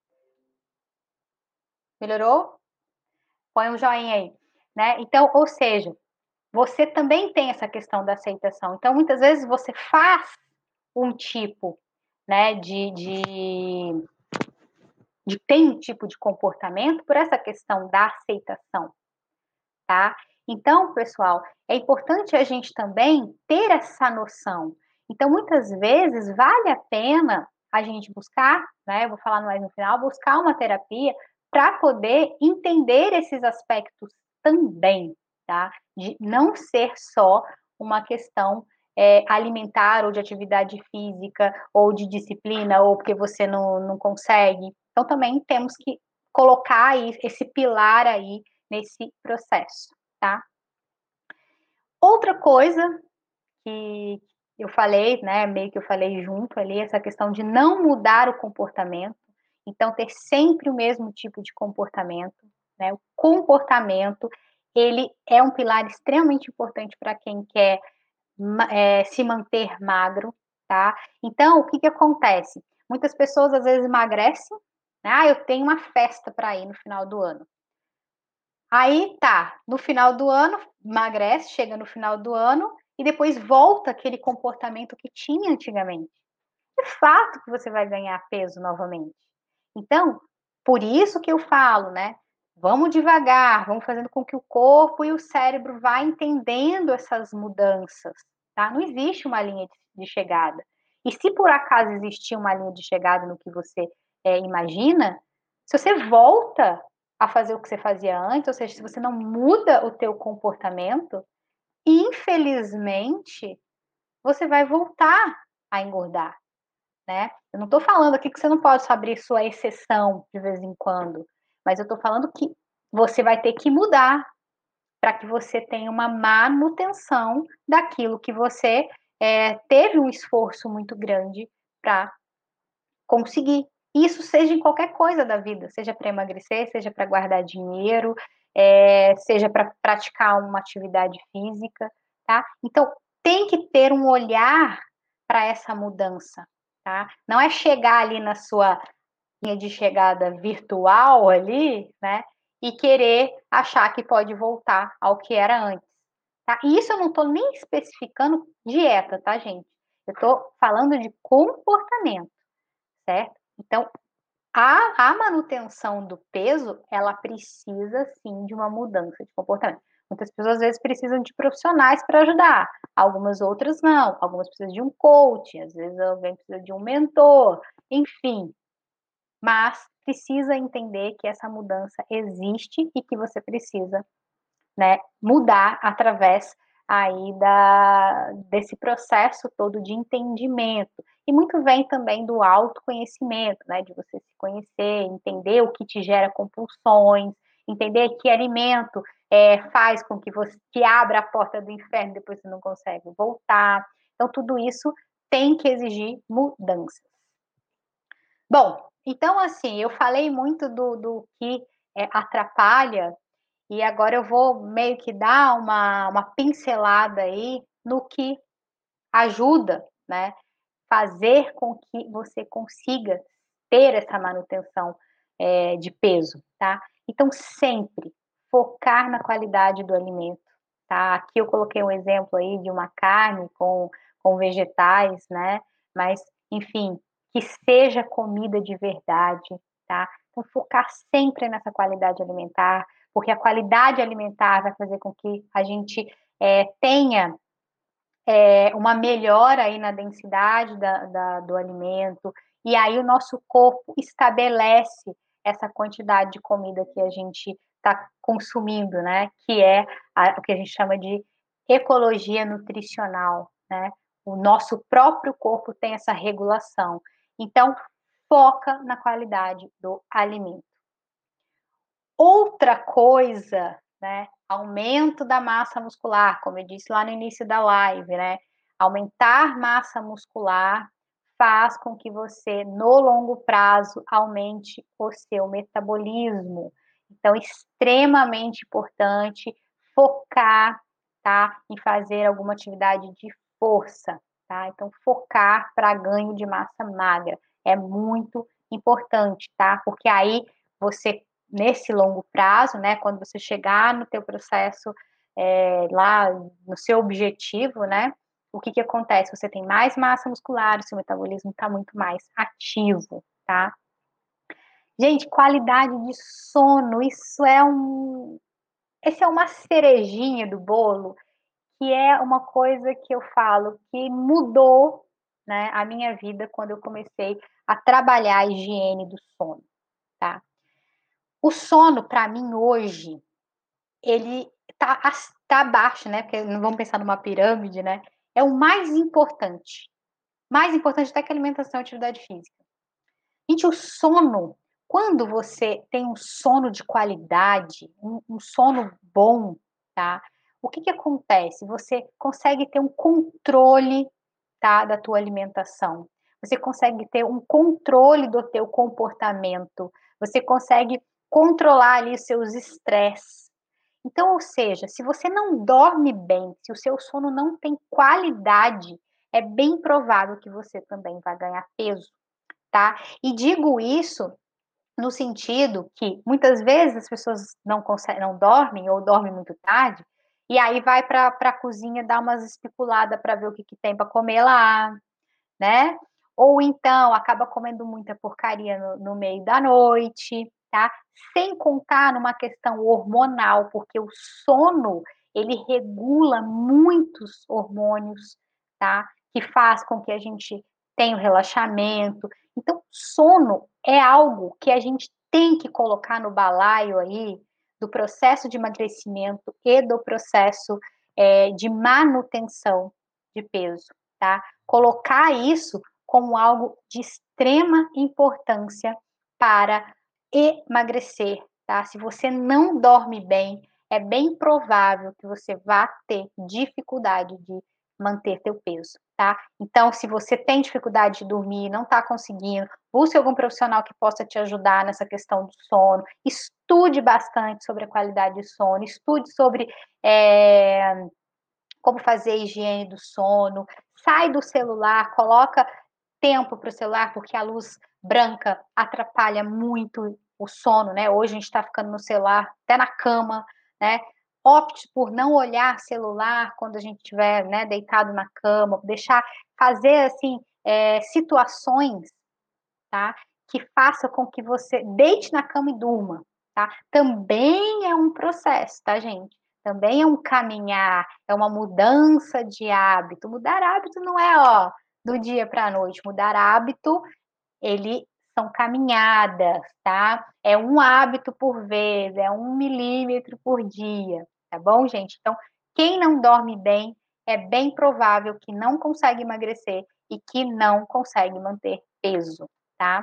Melhorou? Põe um joinha aí, né? Então, ou seja, você também tem essa questão da aceitação. Então, muitas vezes você faz um tipo, né, de, de, de tem um tipo de comportamento por essa questão da aceitação, tá? Então, pessoal, é importante a gente também ter essa noção. Então, muitas vezes vale a pena a gente buscar, né? Eu vou falar mais no final, buscar uma terapia para poder entender esses aspectos também, tá? De não ser só uma questão é, alimentar ou de atividade física ou de disciplina ou porque você não, não consegue. Então, também temos que colocar aí esse pilar aí nesse processo, tá? Outra coisa que eu falei, né, meio que eu falei junto ali, essa questão de não mudar o comportamento, então ter sempre o mesmo tipo de comportamento, né? O comportamento, ele é um pilar extremamente importante para quem quer é, se manter magro, tá? Então, o que que acontece? Muitas pessoas às vezes emagrecem, né? Ah, eu tenho uma festa para ir no final do ano. Aí tá, no final do ano, emagrece, chega no final do ano e depois volta aquele comportamento que tinha antigamente. É fato que você vai ganhar peso novamente. Então, por isso que eu falo, né? Vamos devagar, vamos fazendo com que o corpo e o cérebro vá entendendo essas mudanças, tá? Não existe uma linha de chegada. E se por acaso existir uma linha de chegada no que você é, imagina, se você volta a fazer o que você fazia antes, ou seja, se você não muda o teu comportamento, infelizmente, você vai voltar a engordar, né? Eu não estou falando aqui que você não pode abrir sua exceção de vez em quando, mas eu estou falando que você vai ter que mudar para que você tenha uma manutenção daquilo que você é, teve um esforço muito grande para conseguir. Isso seja em qualquer coisa da vida, seja para emagrecer, seja para guardar dinheiro, é, seja para praticar uma atividade física, tá? Então, tem que ter um olhar para essa mudança, tá? Não é chegar ali na sua linha de chegada virtual ali, né? E querer achar que pode voltar ao que era antes, tá? E isso eu não estou nem especificando dieta, tá, gente? Eu estou falando de comportamento, certo? Então, a, a manutenção do peso, ela precisa sim de uma mudança de comportamento. Muitas pessoas às vezes precisam de profissionais para ajudar, algumas outras não, algumas precisam de um coach, às vezes alguém precisa de um mentor, enfim. Mas precisa entender que essa mudança existe e que você precisa, né, mudar através aí da, desse processo todo de entendimento. E muito vem também do autoconhecimento, né, de você se conhecer, entender o que te gera compulsões, entender que alimento é, faz com que você que abra a porta do inferno e depois você não consegue voltar. Então, tudo isso tem que exigir mudanças. Bom, então assim, eu falei muito do, do que é, atrapalha e agora eu vou meio que dar uma, uma pincelada aí no que ajuda, né? Fazer com que você consiga ter essa manutenção é, de peso, tá? Então, sempre focar na qualidade do alimento, tá? Aqui eu coloquei um exemplo aí de uma carne com, com vegetais, né? Mas, enfim, que seja comida de verdade, tá? Então, focar sempre nessa qualidade alimentar, porque a qualidade alimentar vai fazer com que a gente é, tenha é, uma melhora aí na densidade da, da, do alimento, e aí o nosso corpo estabelece essa quantidade de comida que a gente está consumindo, né? Que é a, o que a gente chama de ecologia nutricional, né? O nosso próprio corpo tem essa regulação. Então, foca na qualidade do alimento. Outra coisa, né? Aumento da massa muscular, como eu disse lá no início da live, né? Aumentar massa muscular faz com que você, no longo prazo, aumente o seu metabolismo. Então, extremamente importante focar, tá? Em fazer alguma atividade de força, tá? Então, focar para ganho de massa magra é muito importante, tá? Porque aí você nesse longo prazo, né, quando você chegar no teu processo é, lá no seu objetivo, né, o que que acontece? Você tem mais massa muscular, o seu metabolismo está muito mais ativo, tá? Gente, qualidade de sono, isso é um, esse é uma cerejinha do bolo, que é uma coisa que eu falo que mudou, né, a minha vida quando eu comecei a trabalhar a higiene do sono, tá? O sono, para mim, hoje, ele tá, tá abaixo, né? Porque não vamos pensar numa pirâmide, né? É o mais importante. Mais importante até que a alimentação e atividade física. Gente, o sono, quando você tem um sono de qualidade, um, um sono bom, tá? O que que acontece? Você consegue ter um controle, tá, da tua alimentação. Você consegue ter um controle do teu comportamento. Você consegue controlar ali os seus estresses. Então, ou seja, se você não dorme bem, se o seu sono não tem qualidade, é bem provável que você também vai ganhar peso, tá? E digo isso no sentido que muitas vezes as pessoas não conseguem, não dormem ou dormem muito tarde, e aí vai para a cozinha dar umas especuladas para ver o que, que tem para comer lá, né? Ou então acaba comendo muita porcaria no, no meio da noite, tá? Sem contar numa questão hormonal, porque o sono, ele regula muitos hormônios, tá? Que faz com que a gente tenha o relaxamento. Então, sono é algo que a gente tem que colocar no balaio aí do processo de emagrecimento e do processo é, de manutenção de peso, tá? Colocar isso como algo de extrema importância para emagrecer, tá? Se você não dorme bem, é bem provável que você vá ter dificuldade de manter teu peso, tá? Então, se você tem dificuldade de dormir, não está conseguindo, busque algum profissional que possa te ajudar nessa questão do sono, estude bastante sobre a qualidade de sono, estude sobre é, como fazer a higiene do sono, sai do celular, coloca tempo para o celular, porque a luz branca atrapalha muito o sono, né? Hoje a gente está ficando no celular até na cama, né? Opte por não olhar celular quando a gente estiver, né, deitado na cama, deixar fazer assim é, situações, tá? Que faça com que você deite na cama e durma, tá? Também é um processo, tá, gente? Também é um caminhar, é uma mudança de hábito. Mudar hábito não é, ó, do dia para a noite. Mudar hábito, ele são caminhadas, tá? É um hábito por vez, é um milímetro por dia, tá bom, gente? Então, quem não dorme bem, é bem provável que não consegue emagrecer e que não consegue manter peso, tá?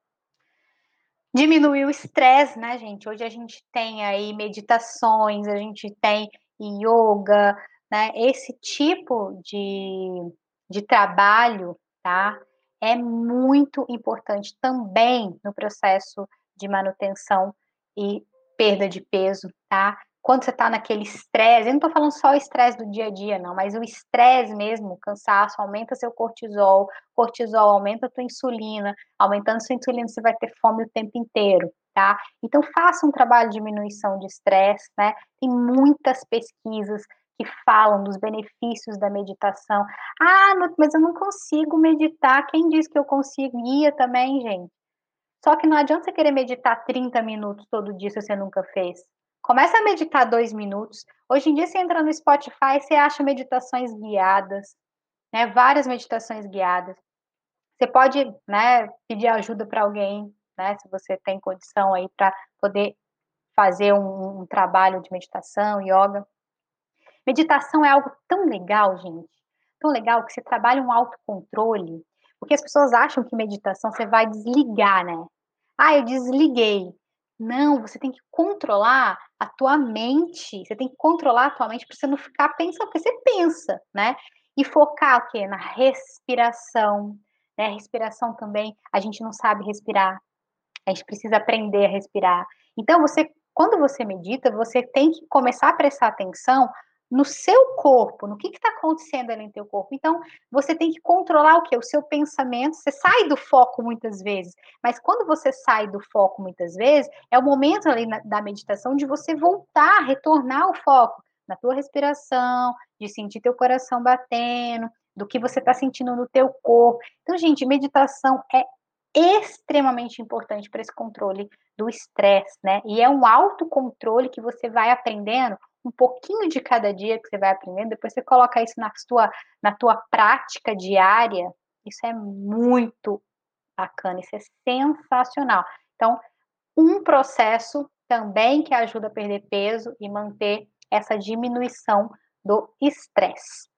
Diminuir o estresse, né, gente? Hoje a gente tem aí meditações, a gente tem yoga, né? Esse tipo de, de trabalho, tá? É muito importante também no processo de manutenção e perda de peso, tá? Quando você tá naquele estresse, eu não tô falando só o estresse do dia a dia, não, mas o estresse mesmo, o cansaço, aumenta seu cortisol, cortisol aumenta a tua insulina, aumentando sua insulina, você vai ter fome o tempo inteiro, tá? Então, faça um trabalho de diminuição de estresse, né? Tem muitas pesquisas que falam dos benefícios da meditação. Ah, mas eu não consigo meditar. Quem disse que eu conseguia também, gente? Só que não adianta você querer meditar trinta minutos todo dia se você nunca fez. Começa a meditar dois minutos. Hoje em dia, você entra no Spotify, você acha meditações guiadas, né? Várias meditações guiadas. Você pode, né, pedir ajuda para alguém, né, se você tem condição aí para poder fazer um, um trabalho de meditação, yoga. Meditação é algo tão legal, gente, tão legal que você trabalha um autocontrole, porque as pessoas acham que meditação você vai desligar, né? Ah, eu desliguei. Não, você tem que controlar a tua mente, você tem que controlar a tua mente para você não ficar pensando, porque você pensa, né? E focar o quê? Na respiração, né? Respiração também, a gente não sabe respirar, a gente precisa aprender a respirar. Então, você, quando você medita, você tem que começar a prestar atenção no seu corpo, no que está acontecendo ali no teu corpo. Então, você tem que controlar o que? O seu pensamento. Você sai do foco muitas vezes, mas quando você sai do foco muitas vezes, é o momento ali na, da meditação de você voltar, retornar o foco na tua respiração, de sentir teu coração batendo, do que você está sentindo no teu corpo. Então, gente, meditação é extremamente importante para esse controle do estresse, né? E é um autocontrole que você vai aprendendo um pouquinho de cada dia que você vai aprendendo, depois você coloca isso na tua, na tua prática diária, isso é muito bacana, isso é sensacional. Então, um processo também que ajuda a perder peso e manter essa diminuição do estresse.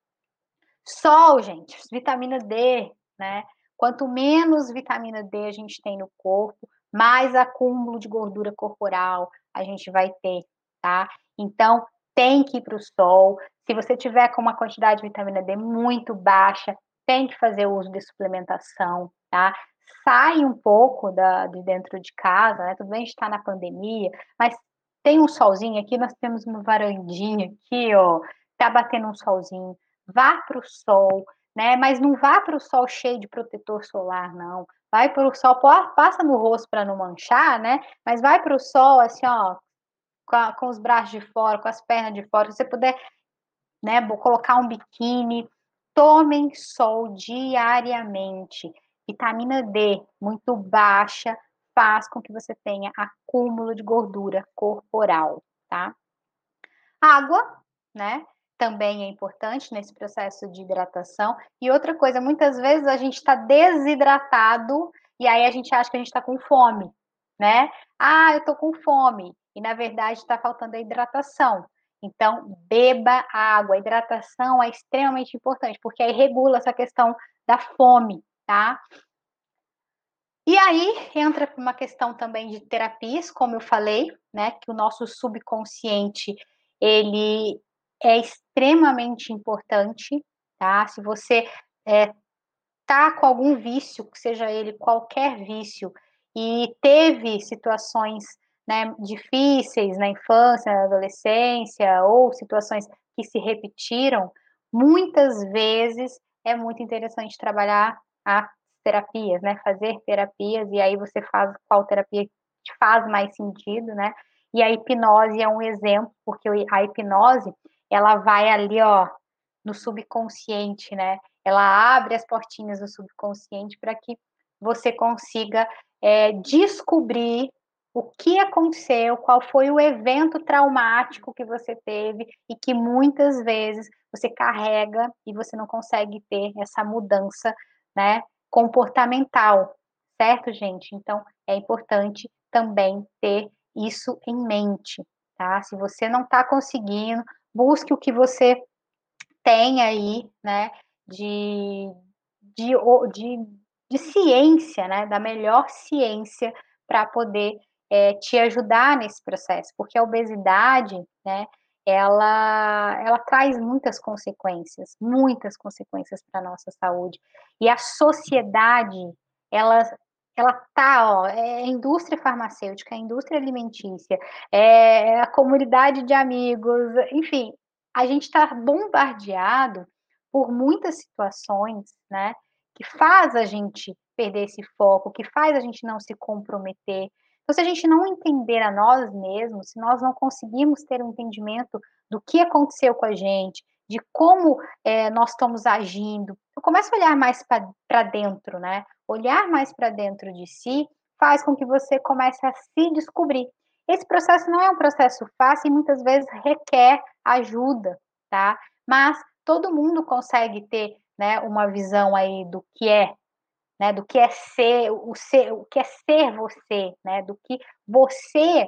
Sol, gente, vitamina D, né? Quanto menos vitamina D a gente tem no corpo, mais acúmulo de gordura corporal a gente vai ter, tá? Então, tem que ir para o sol. Se você tiver com uma quantidade de vitamina D muito baixa, tem que fazer uso de suplementação, tá? Sai um pouco da, de dentro de casa, né? Tudo bem, a gente está na pandemia, mas tem um solzinho aqui, nós temos uma varandinha aqui, ó, tá batendo um solzinho. Vá para o sol, né? Mas não vá para o sol cheio de protetor solar, não. Vai para o sol, passa no rosto para não manchar, né? Mas vai para o sol, assim, ó, com, a, com, os braços de fora, com as pernas de fora. Se você puder, né, colocar um biquíni. Tomem sol diariamente. Vitamina D muito baixa faz com que você tenha acúmulo de gordura corporal, tá? Água, né, também é importante nesse processo de hidratação. E outra coisa, muitas vezes a gente está desidratado e aí a gente acha que a gente está com fome, né? Ah, eu tô com fome. E na verdade está faltando a hidratação. Então, beba água. A hidratação é extremamente importante, porque aí regula essa questão da fome, tá? E aí entra uma questão também de terapias, como eu falei, né, que o nosso subconsciente, ele é extremamente importante, tá? Se você é, tá com algum vício, que seja ele qualquer vício, e teve situações, né, difíceis na infância, na adolescência, ou situações que se repetiram, muitas vezes é muito interessante trabalhar as terapias, né, fazer terapias, e aí você faz qual terapia te faz mais sentido, né? E a hipnose é um exemplo, porque a hipnose, ela vai ali, ó, no subconsciente, né? Ela abre as portinhas do subconsciente para que você consiga é, descobrir o que aconteceu, qual foi o evento traumático que você teve e que muitas vezes você carrega e você não consegue ter essa mudança, né, comportamental, certo, gente? Então, é importante também ter isso em mente, tá? Se você não está conseguindo, busque o que você tem aí, né, de, de, de, de ciência, né, da melhor ciência para poder é, te ajudar nesse processo, porque a obesidade, né, ela, ela traz muitas consequências, muitas consequências para a nossa saúde, e a sociedade, ela ela tá, ó, é a indústria farmacêutica, é a indústria alimentícia, é a comunidade de amigos, enfim, a gente está bombardeado por muitas situações, né, que faz a gente perder esse foco, que faz a gente não se comprometer. Então, se a gente não entender a nós mesmos, se nós não conseguimos ter um entendimento do que aconteceu com a gente, de como é, nós estamos agindo, eu começo a olhar mais para dentro, né? Olhar mais para dentro de si faz com que você comece a se descobrir. Esse processo não é um processo fácil e muitas vezes requer ajuda, tá? Mas todo mundo consegue ter, né, uma visão aí do que é, né, do que é ser, o ser, o que é ser você, né, do que você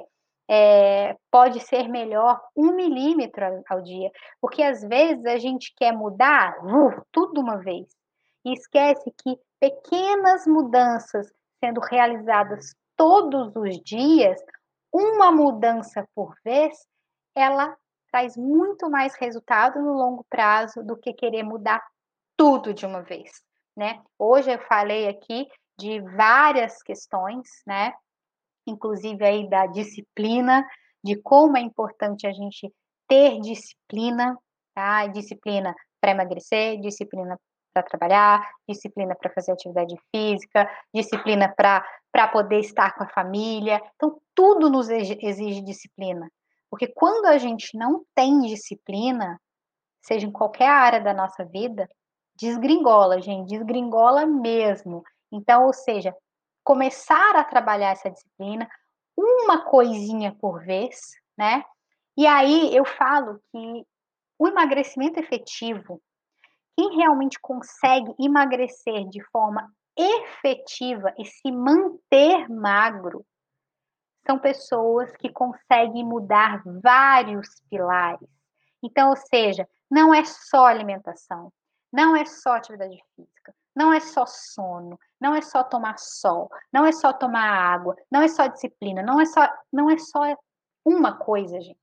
é, pode ser melhor um milímetro ao, ao dia, porque às vezes a gente quer mudar uh, tudo de uma vez e esquece que pequenas mudanças sendo realizadas todos os dias, uma mudança por vez, ela traz muito mais resultado no longo prazo do que querer mudar tudo de uma vez, né? Hoje eu falei aqui de várias questões, né? Inclusive aí da disciplina, de como é importante a gente ter disciplina, tá? Disciplina para emagrecer, disciplina para trabalhar, disciplina para fazer atividade física, disciplina para para poder estar com a família. Então, tudo nos exige disciplina. Porque quando a gente não tem disciplina, seja em qualquer área da nossa vida, desgringola, gente, desgringola mesmo. Então, ou seja, começar a trabalhar essa disciplina, uma coisinha por vez, né? E aí eu falo que o emagrecimento efetivo, quem realmente consegue emagrecer de forma efetiva e se manter magro, são pessoas que conseguem mudar vários pilares. Então, ou seja, não é só alimentação, não é só atividade física, não é só sono, não é só tomar sol, não é só tomar água, não é só disciplina, não é só, não é só uma coisa, gente.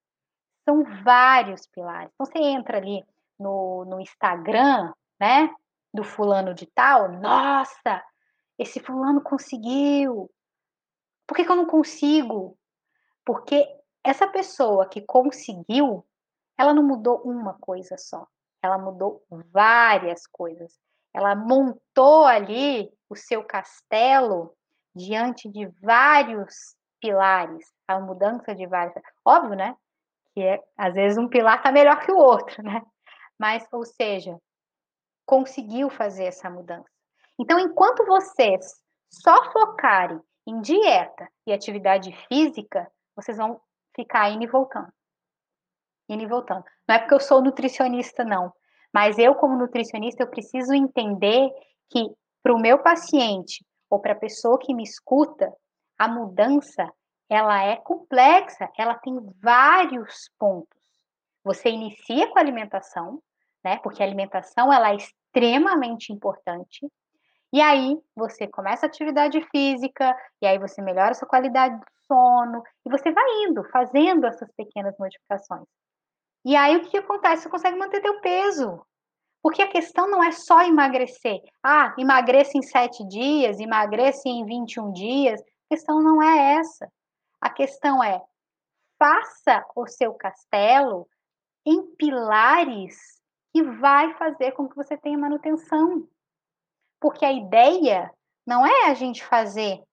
São vários pilares. Então, você entra ali no, no Instagram, né, do fulano de tal, nossa, esse fulano conseguiu. Por que que eu não consigo? Porque essa pessoa que conseguiu, ela não mudou uma coisa só, ela mudou várias coisas. Ela montou ali o seu castelo diante de vários pilares, a mudança de vários. Óbvio, né? Que é, às vezes um pilar está melhor que o outro, né? Mas, ou seja, conseguiu fazer essa mudança. Então, enquanto vocês só focarem em dieta e atividade física, vocês vão ficar indo e voltando. Indo e voltando. Não é porque eu sou nutricionista, não. Mas eu, como nutricionista, eu preciso entender que para o meu paciente ou para a pessoa que me escuta, a mudança, ela é complexa, ela tem vários pontos. Você inicia com a alimentação, né? Porque a alimentação, ela é extremamente importante. E aí, você começa a atividade física, e aí você melhora a sua qualidade do sono, e você vai indo, fazendo essas pequenas modificações. E aí, o que acontece? Você consegue manter teu peso. Porque a questão não é só emagrecer. Ah, emagreça em sete dias, emagreça em vinte e um dias. A questão não é essa. A questão é, faça o seu castelo em pilares que vai fazer com que você tenha manutenção. Porque a ideia não é a gente fazer,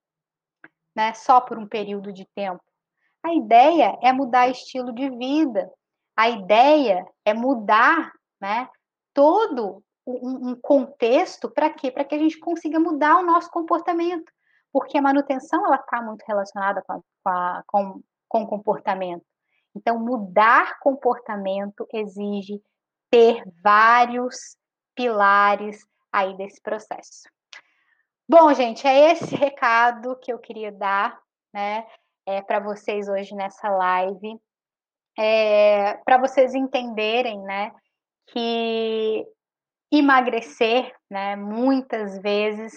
né, só por um período de tempo. A ideia é mudar estilo de vida. A ideia é mudar, né, todo um, um contexto para quê? Para que a gente consiga mudar o nosso comportamento. Porque a manutenção ela está muito relacionada com, a, com, a, com, com o comportamento. Então, mudar comportamento exige ter vários pilares aí desse processo. Bom, gente, é esse recado que eu queria dar, né, é, para vocês hoje nessa live, é, para vocês entenderem, né, que emagrecer, né, muitas vezes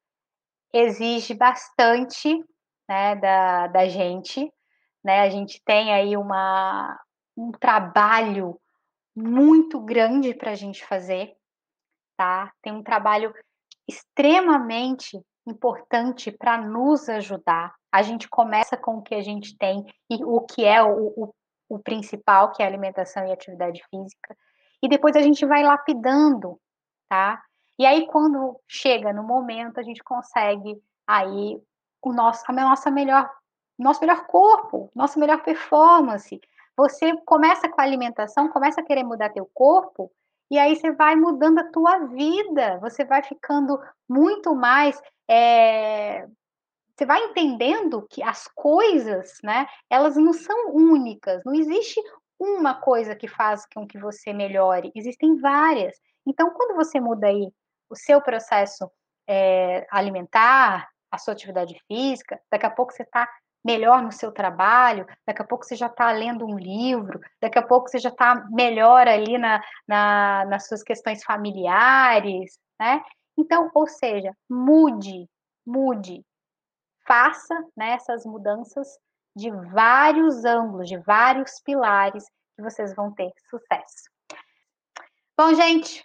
exige bastante, né, da, da gente, né, a gente tem aí uma, um trabalho muito grande para a gente fazer, tá? Tem um trabalho extremamente importante para nos ajudar. A gente começa com o que a gente tem e o que é o, o, o principal, que é a alimentação e atividade física, e depois a gente vai lapidando, tá? E aí, quando chega no momento, a gente consegue aí o nosso, a nossa melhor, nosso melhor corpo, nossa melhor performance. Você começa com a alimentação, começa a querer mudar teu corpo, e aí você vai mudando a tua vida, você vai ficando muito mais, é, você vai entendendo que as coisas, né, elas não são únicas, não existe uma coisa que faz com que você melhore, existem várias. Então, quando você muda aí o seu processo é, alimentar, a sua atividade física, daqui a pouco você está melhor no seu trabalho, daqui a pouco você já está lendo um livro, daqui a pouco você já está melhor ali na, na, nas suas questões familiares, né? Então, ou seja, mude, mude, faça, né, essas mudanças de vários ângulos, de vários pilares, que vocês vão ter sucesso. Bom, gente,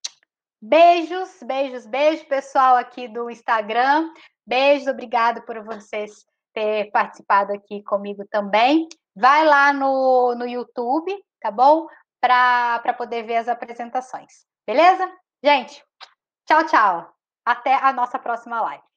beijos, beijos, beijos, pessoal aqui do Instagram. Beijos, obrigado por vocês ter participado aqui comigo também. Vai lá no, no YouTube, tá bom? Para poder ver as apresentações. Beleza? Gente, tchau, tchau. Até a nossa próxima live.